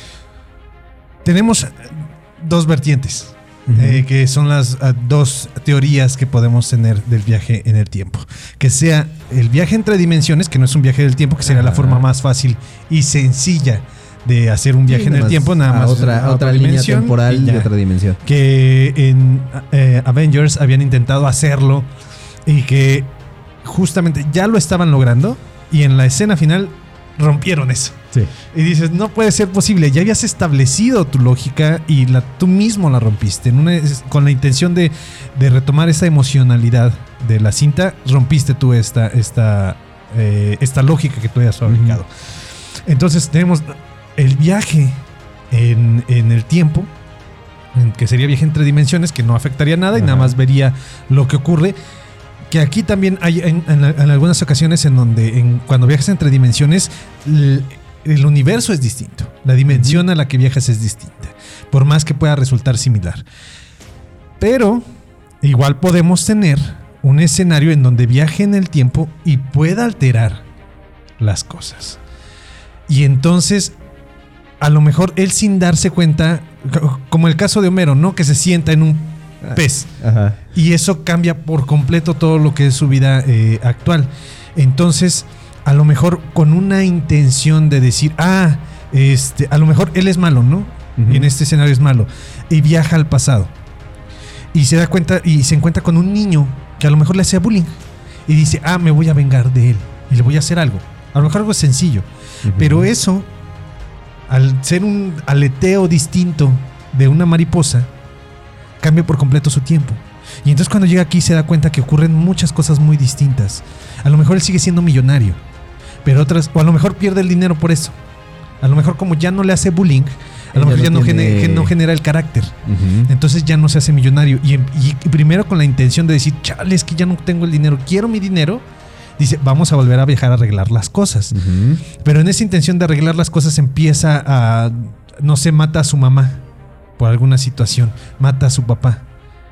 Tenemos dos vertientes. Que son las dos teorías que podemos tener del viaje en el tiempo. Que sea el viaje entre dimensiones, que no es un viaje del tiempo, que sería la forma más fácil y sencilla de hacer un viaje en el tiempo, nada más. Otra línea temporal y otra dimensión. Que en Avengers habían intentado hacerlo y que justamente ya lo estaban logrando, y en la escena final rompieron eso. Sí. Y dices, no puede ser posible. Ya habías establecido tu lógica y tú mismo la rompiste. Con la intención de retomar esa emocionalidad de la cinta, rompiste tú esta lógica que tú habías fabricado. Entonces tenemos el viaje en el tiempo, que sería viaje entre dimensiones, que no afectaría nada y nada más vería lo que ocurre. Que aquí también hay en algunas ocasiones en donde cuando viajas entre dimensiones, el universo es distinto. La dimensión a la que viajas es distinta, por más que pueda resultar similar. Pero igual podemos tener un escenario en donde viaje en el tiempo y pueda alterar las cosas. Y entonces, a lo mejor él, sin darse cuenta, como el caso de Homero, ¿no? Que se sienta en un pez. Y eso cambia por completo todo lo que es su vida actual. Entonces, a lo mejor con una intención de decir, a lo mejor él es malo, ¿no? En este escenario es malo. Y viaja al pasado. Y se da cuenta y se encuentra con un niño que a lo mejor le hacía bullying. Y dice, me voy a vengar de él. Y le voy a hacer algo. A lo mejor algo sencillo. Pero eso, al ser un aleteo distinto de una mariposa, cambia por completo su tiempo. Y entonces cuando llega aquí se da cuenta que ocurren muchas cosas muy distintas. A lo mejor él sigue siendo millonario, pero otras, o a lo mejor pierde el dinero por eso. A lo mejor como ya no le hace bullying, a lo mejor ya no genera el carácter. Entonces ya no se hace millonario. Y primero con la intención de decir, chale, es que ya no tengo el dinero, quiero mi dinero. Dice, vamos a volver a viajar a arreglar las cosas. Pero en esa intención de arreglar las cosas empieza a, no sé, mata a su mamá por alguna situación, mata a su papá.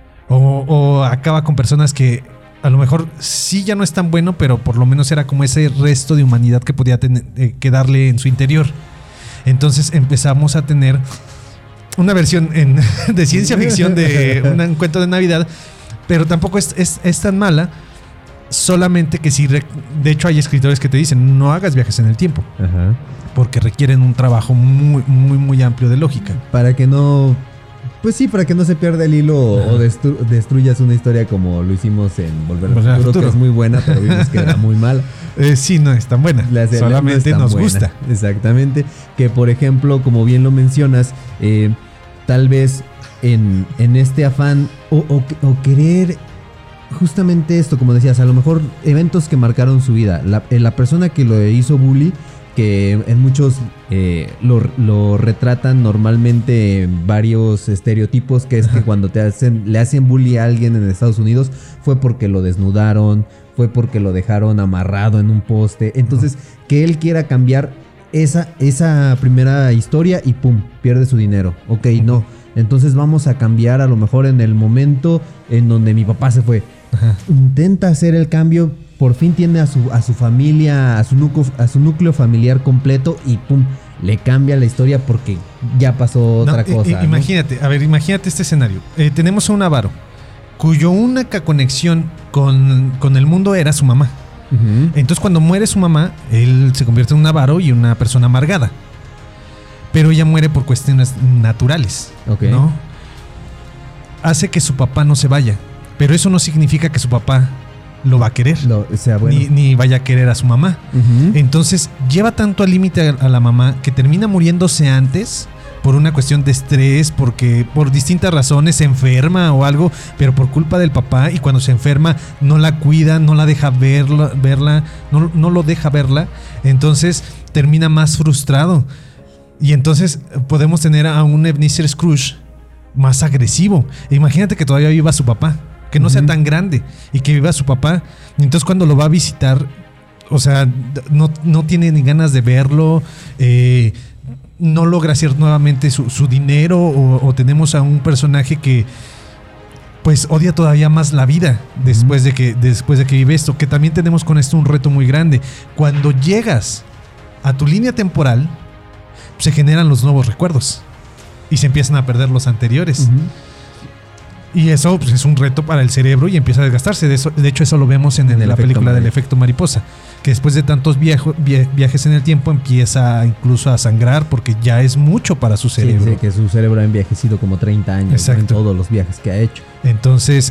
O acaba con personas que a lo mejor sí ya no es tan bueno, pero por lo menos era como ese resto de humanidad que podía quedarle en su interior. Entonces empezamos a tener una versión de ciencia ficción de un cuento de Navidad, pero tampoco es tan mala, solamente que sí, de hecho hay escritores que te dicen, no hagas viajes en el tiempo, porque requieren un trabajo muy, muy, muy amplio de lógica. Para que no... Pues sí, para que no se pierda el hilo o destruyas una historia como lo hicimos en Volver al Futuro, que es muy buena, pero vimos que era muy mala. Sí, no es tan buena. Solamente nos gusta. Exactamente. Que por ejemplo, como bien lo mencionas, tal vez en este afán o querer justamente esto, como decías, a lo mejor eventos que marcaron su vida. La persona que lo hizo bully, que en muchos lo retratan normalmente en varios estereotipos, que es que cuando le hacen bully a alguien en Estados Unidos fue porque lo desnudaron, fue porque lo dejaron amarrado en un poste. Entonces, que él quiera cambiar esa primera historia y pum, pierde su dinero. Ok, no. Entonces vamos a cambiar a lo mejor en el momento en donde mi papá se fue. Intenta hacer el cambio. Por fin tiene a su familia, a su núcleo familiar completo y pum, le cambia la historia porque ya pasó otra cosa. Imagínate, ¿no? Imagínate este escenario. Tenemos a un avaro cuyo única conexión con el mundo era su mamá. Entonces cuando muere su mamá, él se convierte en un avaro y una persona amargada. Pero ella muere por cuestiones naturales, ¿no? Hace que su papá no se vaya, pero eso no significa que su papá lo va a querer, ni vaya a querer a su mamá. Entonces lleva tanto al límite a la mamá que termina muriéndose antes por una cuestión de estrés, porque por distintas razones se enferma o algo, pero por culpa del papá, y cuando se enferma no la cuida, no la deja verla, no lo deja verla, entonces termina más frustrado. Y entonces podemos tener a un Ebenezer Scrooge más agresivo. Imagínate que todavía viva su papá, que no sea tan grande y que viva su papá. Y entonces cuando lo va a visitar, o sea, no tiene ni ganas de verlo, no logra hacer nuevamente su dinero, o tenemos a un personaje que pues odia todavía más la vida después de que vive esto. Que también tenemos con esto un reto muy grande. Cuando llegas a tu línea temporal, se generan los nuevos recuerdos y se empiezan a perder los anteriores. Y eso pues, es un reto para el cerebro y empieza a desgastarse. De hecho, eso lo vemos en la película del efecto mariposa, que después de tantos viajes en el tiempo empieza incluso a sangrar porque ya es mucho para su cerebro. Sí, que su cerebro ha envejecido como 30 años, ¿no? En todos los viajes que ha hecho. Entonces,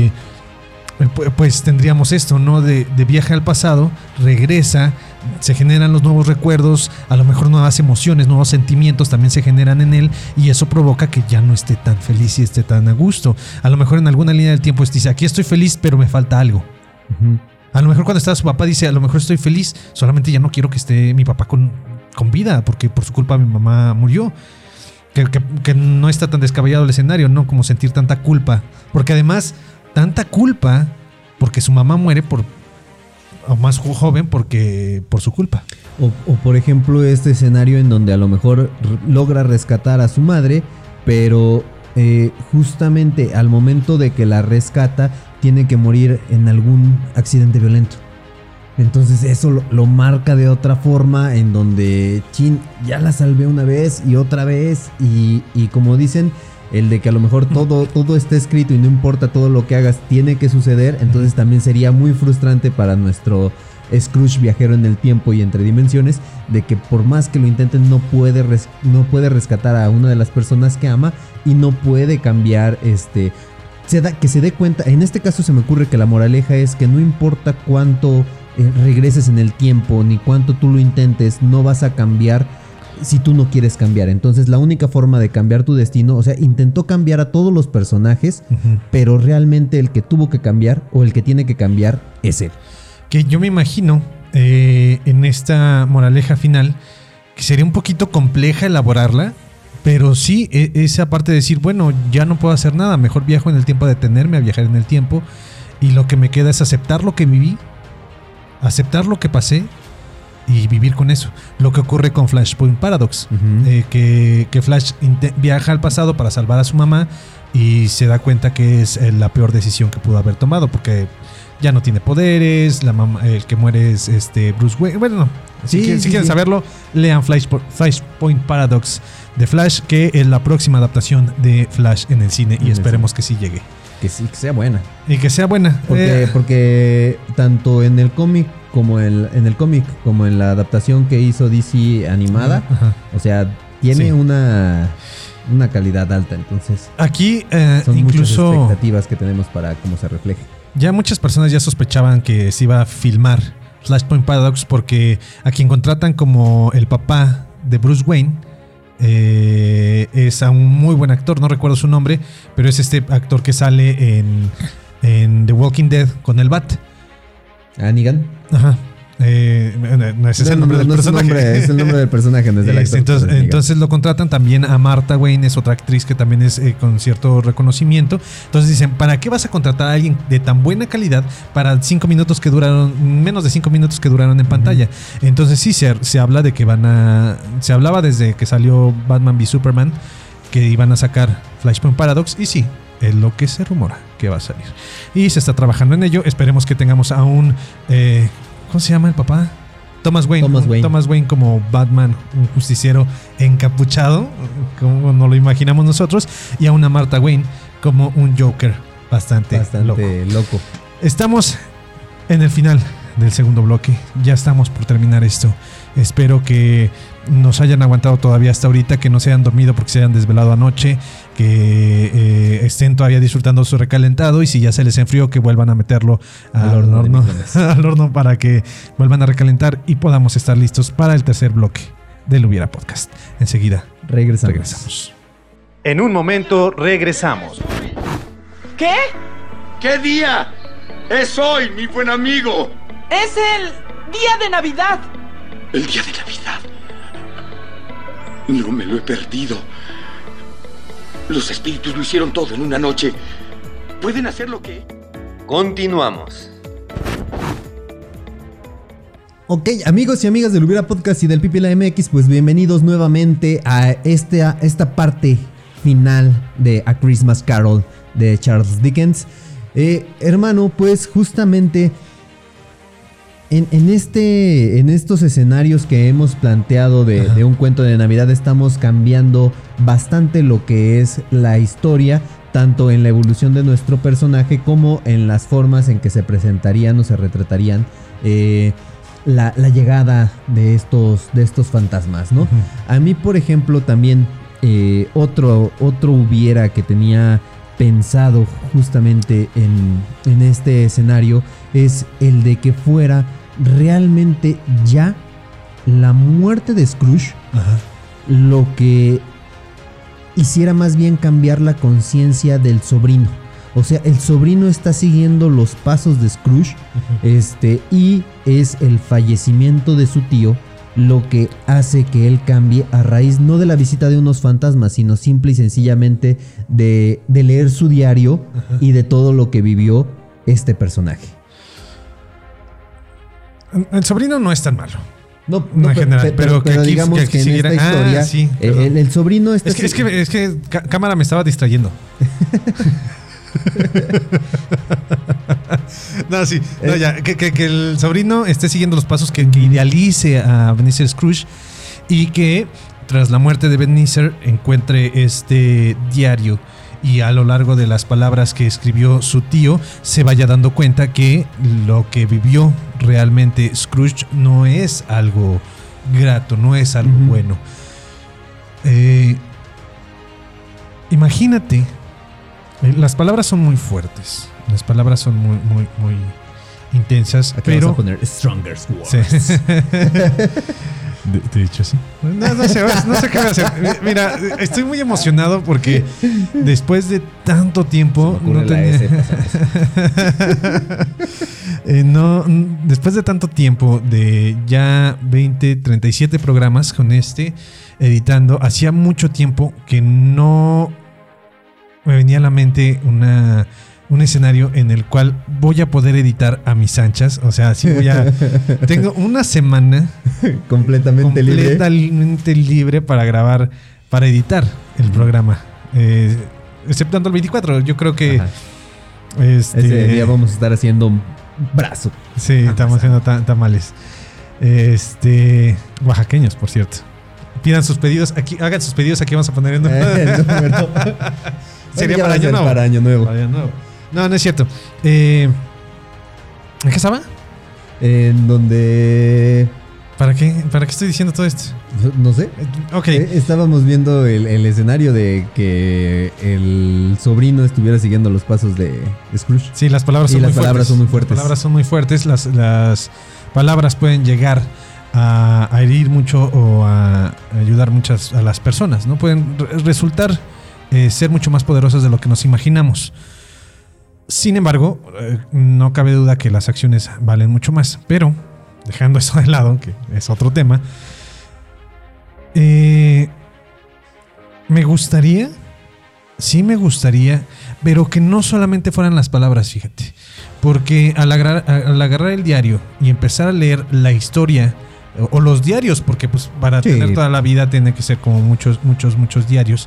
pues tendríamos esto, ¿no? De viaje al pasado, regresa, se generan los nuevos recuerdos, a lo mejor nuevas emociones, nuevos sentimientos también se generan en él, y eso provoca que ya no esté tan feliz y esté tan a gusto. A lo mejor en alguna línea del tiempo dice, aquí estoy feliz, pero me falta algo. A lo mejor cuando está su papá dice, a lo mejor estoy feliz, solamente ya no quiero que esté mi papá con vida, porque por su culpa mi mamá murió. Que no está tan descabellado el escenario, ¿no? Como sentir tanta culpa, porque además tanta culpa porque su mamá muere o más joven por su culpa. O por ejemplo este escenario en donde a lo mejor logra rescatar a su madre, pero justamente al momento de que la rescata tiene que morir en algún accidente violento. Entonces eso lo marca de otra forma, en donde ya la salvé una vez y otra vez, y como dicen, el de que a lo mejor todo está escrito y no importa todo lo que hagas, tiene que suceder. Entonces también sería muy frustrante para nuestro Scrooge viajero en el tiempo y entre dimensiones, de que por más que lo intenten no puede rescatar a una de las personas que ama y no puede cambiar que se dé cuenta. En este caso se me ocurre que la moraleja es que no importa cuánto regreses en el tiempo ni cuánto tú lo intentes, no vas a cambiar si tú no quieres cambiar. Entonces la única forma de cambiar tu destino, o sea, intentó cambiar a todos los personajes, pero realmente el que tuvo que cambiar o el que tiene que cambiar es él. Que yo me imagino en esta moraleja final que sería un poquito compleja elaborarla, Pero sí, esa parte de decir, bueno, ya no puedo hacer nada, mejor viajo en el tiempo, a detenerme a viajar en el tiempo, y lo que me queda es aceptar lo que viví, aceptar lo que pasé y vivir con eso. Lo que ocurre con Flashpoint Paradox, que Flash viaja al pasado para salvar a su mamá y se da cuenta que es la peor decisión que pudo haber tomado, porque ya no tiene poderes, la mamá, el que muere es Bruce Wayne. Bueno, no. Si quieren saberlo, lean Flashpoint Paradox de Flash, que es la próxima adaptación de Flash en el cine, y esperemos que sí llegue. Que sí, que sea buena. Y que sea buena. Porque tanto en el cómic como en la adaptación que hizo DC animada, o sea, tiene una calidad alta. Entonces, aquí son incluso muchas expectativas que tenemos para cómo se refleje. Ya muchas personas ya sospechaban que se iba a filmar Flashpoint Paradox, porque a quien contratan como el papá de Bruce Wayne es a un muy buen actor, no recuerdo su nombre, pero es este actor que sale en The Walking Dead con el Bat. Negan. Ajá. No es ese el nombre del personaje. Es el nombre del personaje, desde la entonces lo contratan también a Martha Wayne, es otra actriz que también es con cierto reconocimiento. Entonces dicen, ¿para qué vas a contratar a alguien de tan buena calidad para menos de 5 minutos que duraron en pantalla? Entonces sí, se habla de que se hablaba desde que salió Batman v Superman que iban a sacar Flashpoint Paradox, y sí, es lo que se rumora que va a salir. Y se está trabajando en ello. Esperemos que tengamos a un... ¿cómo se llama el papá? Thomas Wayne como Batman, un justiciero encapuchado, como nos lo imaginamos nosotros, y a una Martha Wayne como un Joker bastante loco. Estamos en el final del segundo bloque. Ya estamos por terminar esto. Espero que nos hayan aguantado todavía hasta ahorita, que no se hayan dormido porque se hayan desvelado anoche, que estén todavía disfrutando su recalentado, y si ya se les enfrió, que vuelvan a meterlo al horno para que vuelvan a recalentar y podamos estar listos para el tercer bloque del Hubiera Podcast. Enseguida regresamos. En un momento regresamos. ¿Qué? ¿Qué día? Es hoy, mi buen amigo. Es el día de Navidad. ¿El día de Navidad? No me lo he perdido. Los espíritus lo hicieron todo en una noche. ¿Pueden hacer lo que...? Continuamos. Ok, amigos y amigas del Hubiera Podcast y del Pipi la MX, pues bienvenidos nuevamente a esta parte final de A Christmas Carol de Charles Dickens. Hermano, pues justamente en estos escenarios que hemos planteado de un cuento de Navidad, estamos cambiando bastante lo que es la historia, tanto en la evolución de nuestro personaje como en las formas en que se presentarían o se retratarían la llegada de estos fantasmas, ¿no? A mí, por ejemplo, también otro hubiera que tenía pensado justamente en este escenario es el de que fuera realmente ya la muerte de Scrooge lo que hiciera más bien cambiar la conciencia del sobrino. O sea, el sobrino está siguiendo los pasos de Scrooge, y es el fallecimiento de su tío lo que hace que él cambie a raíz no de la visita de unos fantasmas, sino simple y sencillamente de leer su diario y de todo lo que vivió este personaje. El sobrino no es tan malo. No en general, pero digamos que en esta historia el sobrino está... Es que cámara me estaba distrayendo. Que el sobrino esté siguiendo los pasos, que idealice a Ebenezer Scrooge, y que tras la muerte de Ebenezer encuentre este diario, y a lo largo de las palabras que escribió su tío se vaya dando cuenta que lo que vivió realmente Scrooge no es algo grato, no es algo bueno. Imagínate, las palabras son muy fuertes, las palabras son muy, muy, muy intensas. Aquí pero vamos a poner Stronger Words. Sí. De hecho, sí. No sé qué voy a hacer. Mira, estoy muy emocionado porque después de tanto tiempo no tenía... No, después de tanto tiempo, de ya 37 programas con editando, hacía mucho tiempo que no me venía a la mente un escenario en el cual voy a poder editar a mis anchas. O sea, sí tengo una semana completamente libre para grabar, para editar el programa. Exceptando el 24, yo creo que ese día vamos a estar haciendo brazo. Sí, estamos haciendo tamales. Oaxaqueños, por cierto. Pidan sus pedidos aquí, hagan sus pedidos, aquí vamos a poner el número. Sería para año nuevo. No, no es cierto. ¿En qué estaba? En donde... ¿Para qué estoy diciendo todo esto? No sé. Ok. Estábamos viendo el escenario de que el sobrino estuviera siguiendo los pasos de Scrooge. Sí, las palabras son muy fuertes. Las palabras son muy fuertes. Las palabras pueden llegar a herir mucho o a ayudar muchas a las personas, ¿no? Pueden resultar ser mucho más poderosas de lo que nos imaginamos. Sin embargo, no cabe duda que las acciones valen mucho más. Pero, dejando eso de lado, que es otro tema, me gustaría, pero que no solamente fueran las palabras, fíjate. Porque al agarrar el diario y empezar a leer la historia, o los diarios, porque pues para tener toda la vida tiene que ser como muchos diarios,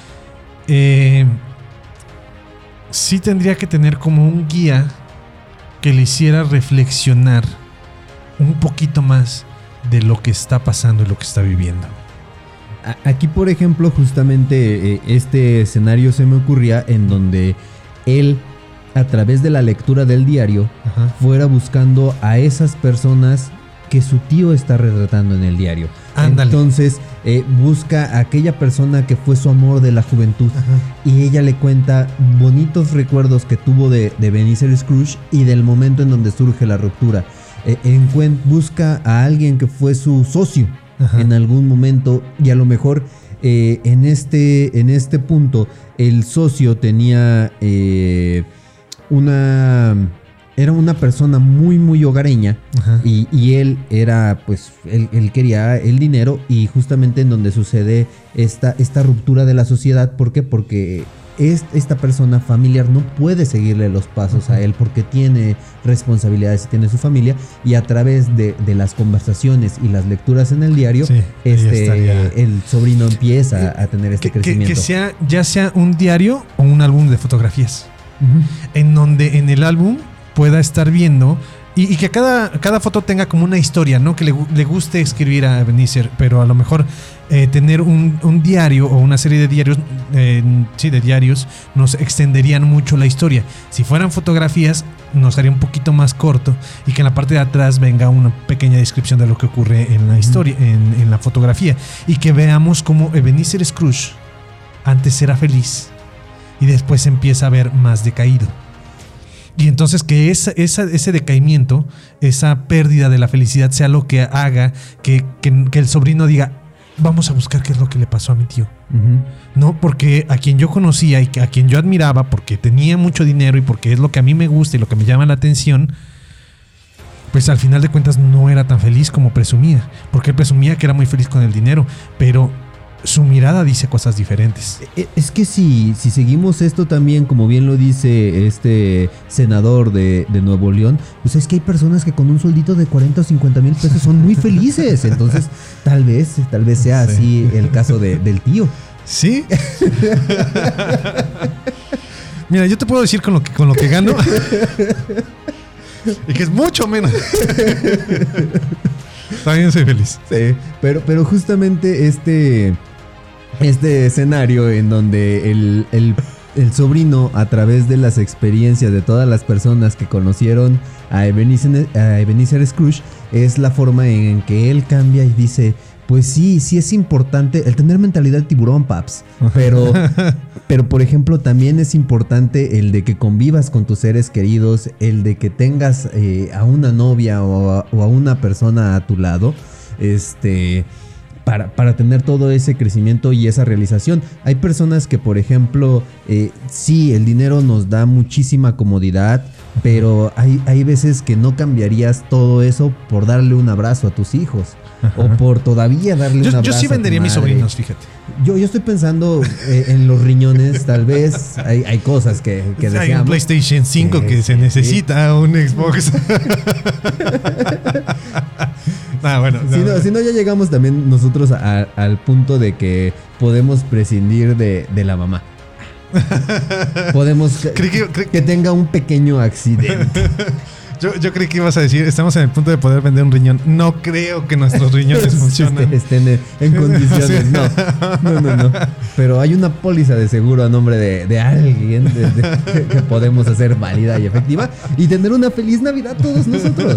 sí tendría que tener como un guía que le hiciera reflexionar un poquito más de lo que está pasando y lo que está viviendo. Aquí, por ejemplo, justamente este escenario se me ocurría en donde él, a través de la lectura del diario, fuera buscando a esas personas que su tío está retratando en el diario. Ándale. Entonces busca a aquella persona que fue su amor de la juventud. Y ella le cuenta bonitos recuerdos que tuvo de Ebenezer Scrooge y del momento en donde surge la ruptura. Busca a alguien que fue su socio en algún momento, y a lo mejor en este punto el socio tenía era una persona muy muy hogareña, y él era pues él quería el dinero, y justamente en donde sucede esta ruptura de la sociedad. ¿Por qué? Porque esta persona familiar no puede seguirle los pasos a él porque tiene responsabilidades y tiene su familia, y a través de las conversaciones y las lecturas en el diario, el sobrino empieza a tener este crecimiento. Que ya sea un diario o un álbum de fotografías, en donde en el álbum pueda estar viendo y que cada foto tenga como una historia, ¿no? Que le guste escribir a Ebenezer, pero a lo mejor tener un diario o una serie de diarios, de diarios, nos extenderían mucho la historia. Si fueran fotografías, nos haría un poquito más corto, y que en la parte de atrás venga una pequeña descripción de lo que ocurre en la historia, en la fotografía, y que veamos cómo Ebenezer Scrooge antes era feliz y después empieza a ver más decaído. Y entonces que ese decaimiento, esa pérdida de la felicidad sea lo que haga que el sobrino diga: vamos a buscar qué es lo que le pasó a mi tío. No, porque a quien yo conocía y a quien yo admiraba, porque tenía mucho dinero y porque es lo que a mí me gusta y lo que me llama la atención, pues al final de cuentas no era tan feliz como presumía. Porque él presumía que era muy feliz con el dinero, pero su mirada dice cosas diferentes. Es que si seguimos esto también, como bien lo dice este senador de Nuevo León, pues es que hay personas que con un sueldito de 40 o 50 mil pesos son muy felices. Entonces tal vez sea así el caso del tío. Sí. Mira, yo te puedo decir con lo que gano y que es mucho menos. También soy feliz. Sí, pero justamente este escenario en donde el sobrino, a través de las experiencias de todas las personas que conocieron a Ebenezer Scrooge, es la forma en que él cambia y dice: pues sí es importante el tener mentalidad de tiburón, paps, pero por ejemplo también es importante el de que convivas con tus seres queridos, el de que tengas a una novia o a una persona a tu lado, para tener todo ese crecimiento y esa realización. Hay personas que, por ejemplo, sí, el dinero nos da muchísima comodidad, Pero hay veces que no cambiarías todo eso por darle un abrazo a tus hijos. Ajá. O por todavía darle un abrazo. Yo sí vendería a mis sobrinos, fíjate. Yo estoy pensando en los riñones, tal vez. Hay cosas que deseamos. Hay un PlayStation 5 que se necesita, un Xbox. Bueno, si no, ya llegamos también nosotros al punto de que podemos prescindir de la mamá. Podemos que tenga un pequeño accidente. Yo creí que ibas a decir, estamos en el punto de poder vender un riñón. No creo que nuestros riñones funcionen. Estén en condiciones. No. Pero hay una póliza de seguro a nombre de alguien que podemos hacer válida y efectiva y tener una feliz Navidad todos nosotros.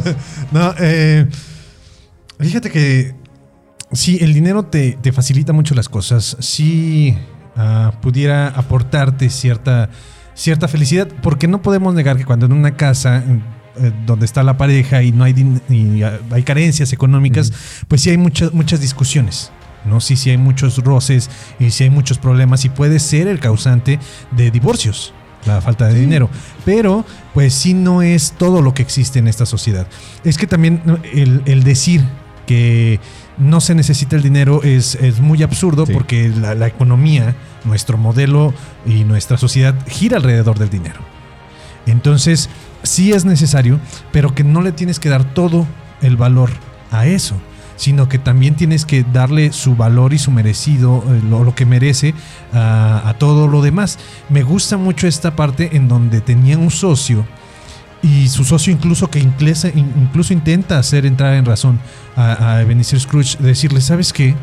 Fíjate que sí, el dinero te facilita mucho las cosas. Sí, pudiera aportarte cierta felicidad, porque no podemos negar que cuando en una casa donde está la pareja y no hay hay carencias económicas, pues sí hay muchas discusiones, ¿no? Sí hay muchos roces y sí hay muchos problemas y puede ser el causante de divorcios, la falta de dinero. Pero pues sí no es todo lo que existe en esta sociedad. Es que también el decir que no se necesita el dinero es muy absurdo, porque la economía, nuestro modelo y nuestra sociedad gira alrededor del dinero. Entonces sí es necesario, pero que no le tienes que dar todo el valor a eso, sino que también tienes que darle su valor y su merecido, lo que merece a todo lo demás. Me gusta mucho esta parte en donde tenía un socio y su socio incluso intenta hacer entrar en razón a Ebenezer Scrooge, decirle, ¿sabes qué?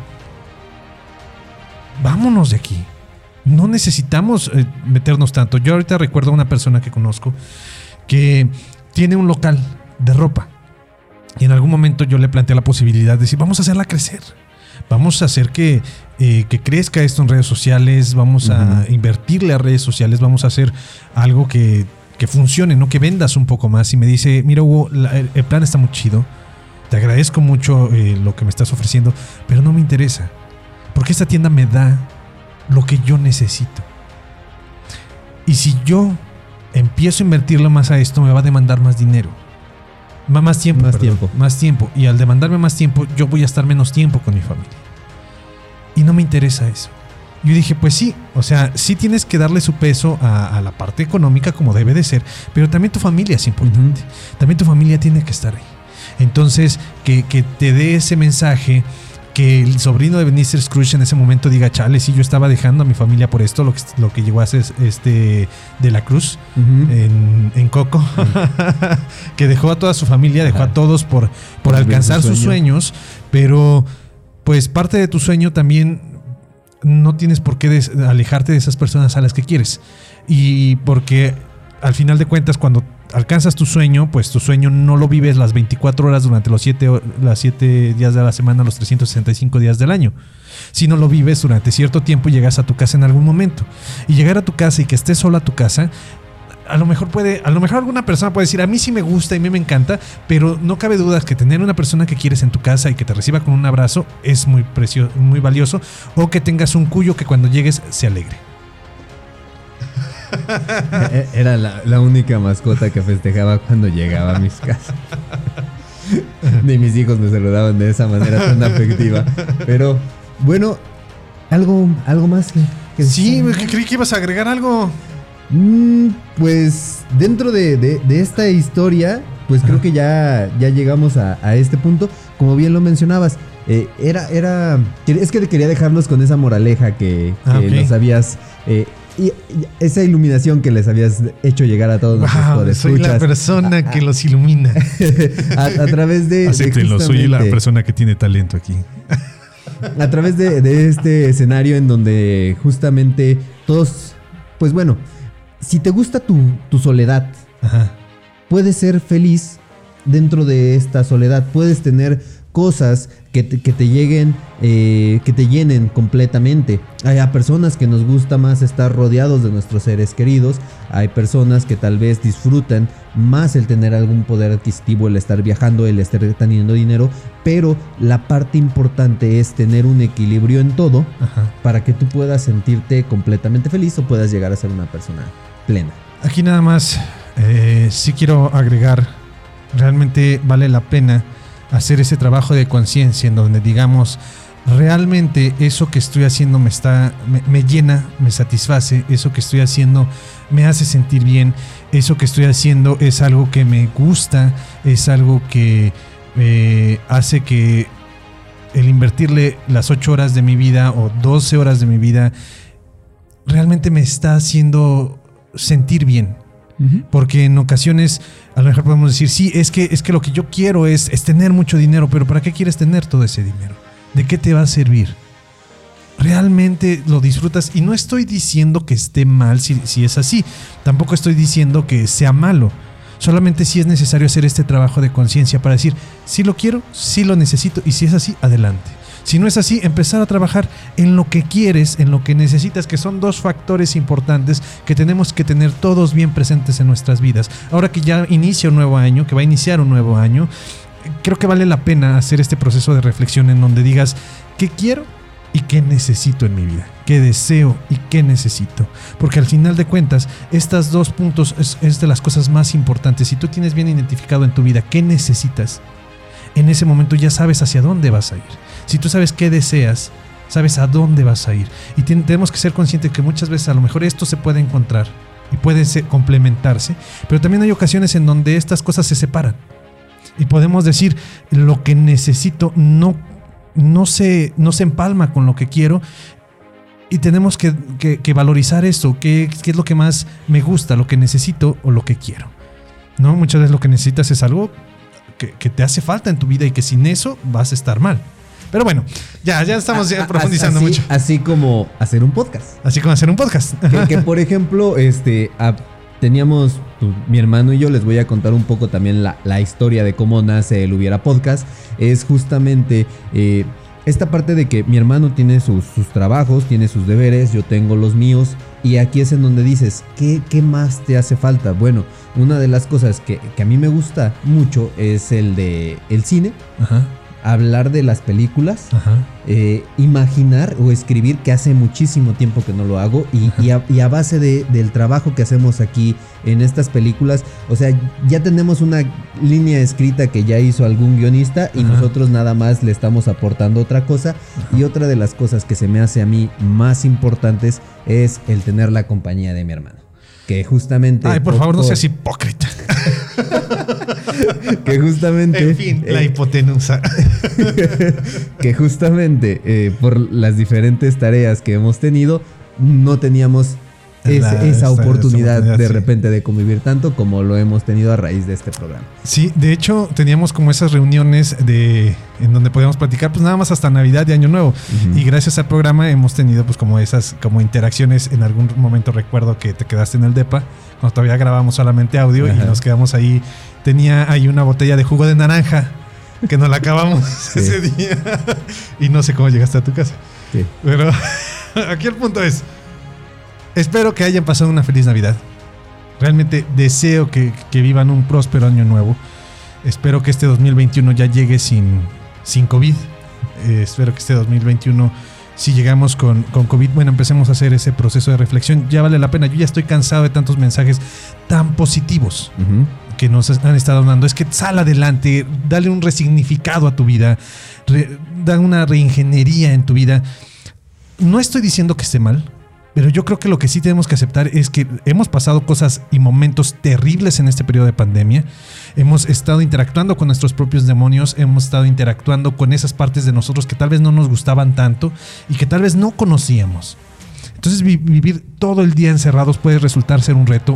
Vámonos de aquí. No necesitamos meternos tanto. Yo ahorita recuerdo a una persona que conozco que tiene un local de ropa. Y en algún momento yo le planteé la posibilidad de decir, vamos a hacerla crecer. Vamos a hacer que crezca esto en redes sociales. Vamos a invertirle a redes sociales. Vamos a hacer algo que funcione, ¿no? Que vendas un poco más. Y me dice, mira, Hugo, el plan está muy chido. Te agradezco mucho lo que me estás ofreciendo, pero no me interesa. Porque esta tienda me da lo que yo necesito. Y si yo empiezo a invertirlo más a esto, me va a demandar más dinero. Más tiempo. Y al demandarme más tiempo, yo voy a estar menos tiempo con mi familia. Y no me interesa eso. Yo dije, pues sí, o sea, sí tienes que darle su peso a la parte económica como debe de ser, pero también tu familia es importante. También tu familia tiene que estar ahí. Entonces, que te dé ese mensaje, que el sobrino de Ebenezer Scrooge en ese momento diga, chale, sí, yo estaba dejando a mi familia por esto, lo que llegó a hacer de la Cruz en Coco, que dejó a toda su familia, dejó a todos por alcanzar sus sueños, pero pues parte de tu sueño también no tienes por qué alejarte de esas personas a las que quieres, y porque al final de cuentas cuando alcanzas tu sueño, pues tu sueño no lo vives las 24 horas durante los 7 días de la semana, los 365 días del año, sino lo vives durante cierto tiempo y llegas a tu casa en algún momento. Y llegar a tu casa y que estés sola a tu casa, a lo mejor alguna persona puede decir, a mí sí me gusta y a mí me encanta, pero no cabe duda que tener una persona que quieres en tu casa y que te reciba con un abrazo es muy precioso, muy valioso, o que tengas un cuyo que cuando llegues se alegre. Era la única mascota que festejaba cuando llegaba a mis casas. Ni mis hijos me saludaban de esa manera tan afectiva. Pero bueno, algo más que sí, creí que ibas a agregar algo. Pues dentro de esta historia, pues creo que ya llegamos a este punto. Como bien lo mencionabas, es que quería dejarlos con esa moraleja que nos habías y esa iluminación que les habías hecho llegar a todos nuestros podescuchas. Soy la persona que los ilumina. a través de... Acéptenlo, soy la persona que tiene talento aquí. A través de este escenario en donde justamente todos... Pues bueno, si te gusta tu soledad, puedes ser feliz dentro de esta soledad. Puedes tener cosas que te lleguen, que te llenen completamente. Hay personas que nos gusta más estar rodeados de nuestros seres queridos. Hay personas que tal vez disfrutan más el tener algún poder adquisitivo, el estar viajando, el estar teniendo dinero. Pero la parte importante es tener un equilibrio en todo para que tú puedas sentirte completamente feliz o puedas llegar a ser una persona plena. Aquí nada más sí quiero agregar, realmente vale la pena hacer ese trabajo de conciencia en donde digamos, realmente eso que estoy haciendo me llena, me satisface, eso que estoy haciendo me hace sentir bien, eso que estoy haciendo es algo que me gusta, es algo que hace que el invertirle las 8 horas de mi vida o 12 horas de mi vida realmente me está haciendo sentir bien. Porque en ocasiones a lo mejor podemos decir, sí, es que lo que yo quiero es tener mucho dinero, pero ¿para qué quieres tener todo ese dinero? ¿De qué te va a servir? ¿Realmente lo disfrutas? Y no estoy diciendo que esté mal si es así. Tampoco estoy diciendo que sea malo. Solamente sí es necesario hacer este trabajo de conciencia para decir, sí lo quiero, sí lo necesito, y si es así, adelante. Si no es así, empezar a trabajar en lo que quieres, en lo que necesitas, que son 2 factores importantes que tenemos que tener todos bien presentes en nuestras vidas. Ahora que ya inicia un nuevo año, que va a iniciar un nuevo año, creo que vale la pena hacer este proceso de reflexión en donde digas, ¿qué quiero y qué necesito en mi vida? ¿Qué deseo y qué necesito? Porque al final de cuentas, estos 2 puntos es de las cosas más importantes. Si tú tienes bien identificado en tu vida qué necesitas, en ese momento ya sabes hacia dónde vas a ir. Si tú sabes qué deseas, sabes a dónde vas a ir. Y tenemos que ser conscientes que muchas veces a lo mejor esto se puede encontrar y puede complementarse, pero también hay ocasiones en donde estas cosas se separan. Y podemos decir, lo que necesito no se empalma con lo que quiero, y tenemos que valorizar eso, qué es lo que más me gusta, lo que necesito o lo que quiero, ¿no? Muchas veces lo que necesitas es algo que te hace falta en tu vida y que sin eso vas a estar mal. Pero bueno, ya estamos profundizando mucho. Así como hacer un podcast. Que por ejemplo, teníamos, mi hermano y yo, les voy a contar un poco también la historia de cómo nace el Hubiera Podcast. Es justamente esta parte de que mi hermano tiene sus trabajos, tiene sus deberes, yo tengo los míos. Y aquí es en donde dices, ¿qué más te hace falta? Bueno, una de las cosas que a mí me gusta mucho es el cine. Ajá. Hablar de las películas, imaginar o escribir, que hace muchísimo tiempo que no lo hago, y a base del trabajo que hacemos aquí en estas películas, o sea, ya tenemos una línea escrita que ya hizo algún guionista y nosotros nada más le estamos aportando otra cosa. Y otra de las cosas que se me hace a mí más importantes es el tener la compañía de mi hermano. Que justamente... Ay, por favor, no seas hipócrita. Que justamente... En fin, la hipotenusa. Que justamente por las diferentes tareas que hemos tenido, no teníamos esa oportunidad de repente de convivir tanto como lo hemos tenido a raíz de este programa. Sí, de hecho teníamos como esas reuniones en donde podíamos platicar pues nada más hasta Navidad y Año Nuevo. Y gracias al programa hemos tenido pues como esas como interacciones. En algún momento recuerdo que te quedaste en el depa cuando todavía grabábamos solamente audio. Y nos quedamos ahí. Tenía ahí una botella de jugo de naranja que nos la acabamos ese día. Y no sé cómo llegaste a tu casa. Sí. Pero aquí el punto es, espero que hayan pasado una feliz Navidad. Realmente deseo que vivan un próspero año nuevo. Espero que este 2021 ya llegue sin COVID. Espero que este 2021, si llegamos con COVID, bueno, empecemos a hacer ese proceso de reflexión. Ya vale la pena. Yo ya estoy cansado de tantos mensajes tan positivos que nos han estado dando. Es que sal adelante, dale un resignificado a tu vida, da una reingeniería en tu vida. No estoy diciendo que esté mal, pero yo creo que lo que sí tenemos que aceptar es que hemos pasado cosas y momentos terribles en este periodo de pandemia. Hemos estado interactuando con nuestros propios demonios, hemos estado interactuando con esas partes de nosotros que tal vez no nos gustaban tanto y que tal vez no conocíamos. Entonces vivir todo el día encerrados puede resultar ser un reto.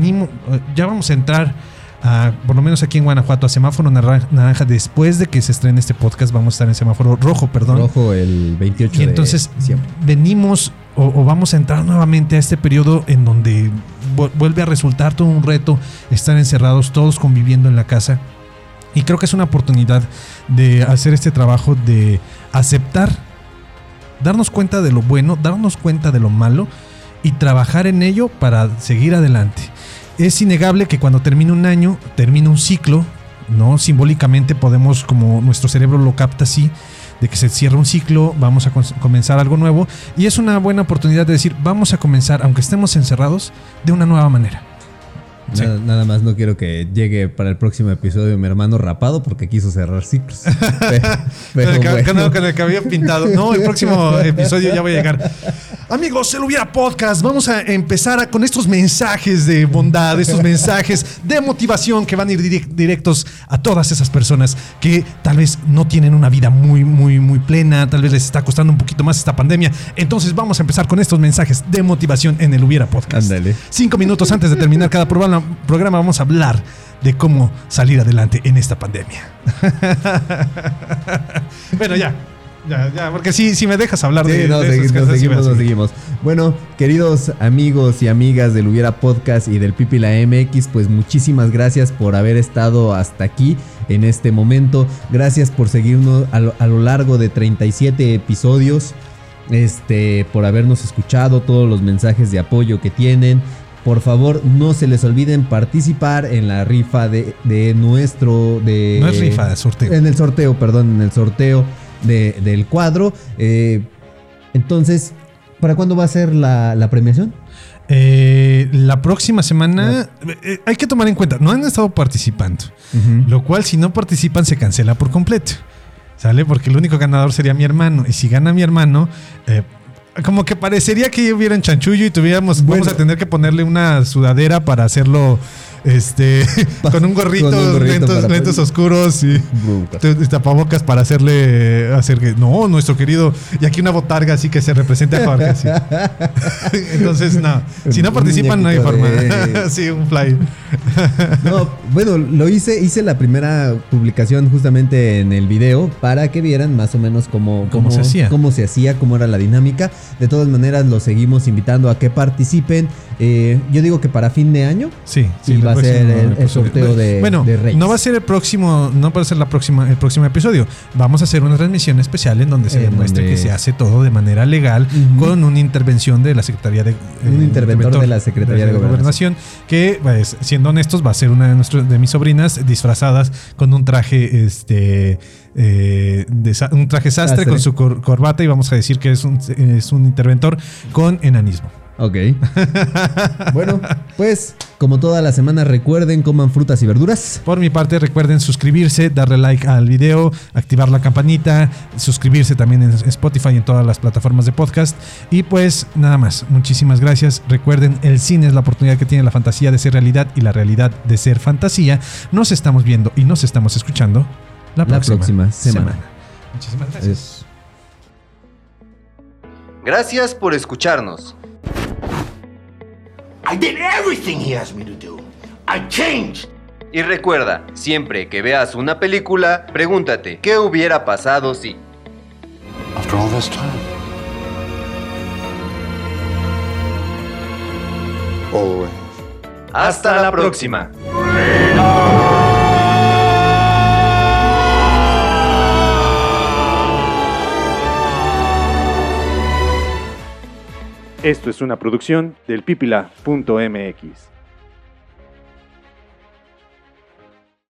Ya vamos a entrar por lo menos aquí en Guanajuato, a semáforo naranja. Después de que se estrene este podcast, vamos a estar en semáforo rojo, Rojo el 28 y entonces de diciembre. Venimos o vamos a entrar nuevamente a este periodo en donde vuelve a resultar todo un reto estar encerrados, todos conviviendo en la casa. Y creo que es una oportunidad de hacer este trabajo de aceptar, darnos cuenta de lo bueno, darnos cuenta de lo malo y trabajar en ello para seguir adelante. Es innegable que cuando termina un año, termina un ciclo, ¿no? Simbólicamente podemos, como nuestro cerebro lo capta así, de que se cierra un ciclo, vamos a comenzar algo nuevo. Y es una buena oportunidad de decir, vamos a comenzar, aunque estemos encerrados, de una nueva manera. Nada más no quiero que llegue para el próximo episodio mi hermano rapado porque quiso cerrar ciclos. Con el cabello pintado. No, el próximo episodio ya voy a llegar. Amigos, el Hubiera Podcast, vamos a empezar con estos mensajes de bondad, estos mensajes de motivación que van a ir directos a todas esas personas que tal vez no tienen una vida muy plena, tal vez les está costando un poquito más esta pandemia. Entonces vamos a empezar con estos mensajes de motivación en el Hubiera Podcast. Ándale. 5 minutos antes de terminar cada programa vamos a hablar de cómo salir adelante en esta pandemia. Bueno, ya, porque si me dejas hablar seguimos. Bueno, queridos amigos y amigas del Hubiera Podcast y del Pipi la MX, pues muchísimas gracias por haber estado hasta aquí en este momento. Gracias por seguirnos a lo largo de 37 episodios, por habernos escuchado, todos los mensajes de apoyo que tienen. Por favor, no se les olviden participar en la rifa de nuestro... No es rifa, es sorteo. En el sorteo del cuadro. Entonces, ¿para cuándo va a ser la premiación? La próxima semana. Hay que tomar en cuenta, no han estado participando. Lo cual, si no participan, se cancela por completo. ¿Sale? Porque el único ganador sería mi hermano. Y si gana mi hermano... como que parecería que hubiera un chanchullo y vamos a tener que ponerle una sudadera para hacerlo con un gorrito, lentes oscuros y tapabocas para hacer que no, nuestro querido, y aquí una botarga así que se represente a Jorge así. Entonces no, si no participan no hay forma. Sí, un fly. No, bueno, lo hice la primera publicación justamente en el video para que vieran más o menos cómo se hacía, cómo era la dinámica. De todas maneras, los seguimos invitando a que participen. Yo digo que para fin de año va a ser el sorteo de Reyes. No va a ser el próximo episodio. Vamos a hacer una transmisión especial en donde se demuestre que se hace todo de manera legal, con una intervención de la Secretaría de un interventor de la Secretaría de Gobernación, que, pues, siendo honestos, va a ser una de mis sobrinas disfrazadas con un traje un traje sastre con su corbata, y vamos a decir que es un interventor con enanismo. Ok. Bueno, pues como toda la semana, recuerden, coman frutas y verduras. Por mi parte, recuerden suscribirse, darle like al video, activar la campanita, suscribirse también en Spotify y en todas las plataformas de podcast. Y pues nada más, muchísimas gracias. Recuerden, el cine es la oportunidad que tiene la fantasía de ser realidad y la realidad de ser fantasía. Nos estamos viendo y nos estamos escuchando la próxima semana. Muchísimas gracias. Gracias por escucharnos. I did everything he asked me to do. I changed. Y recuerda, siempre que veas una película, pregúntate, ¿qué hubiera pasado si? After all this time. Always. Hasta la próxima. Esto es una producción del pipila.mx.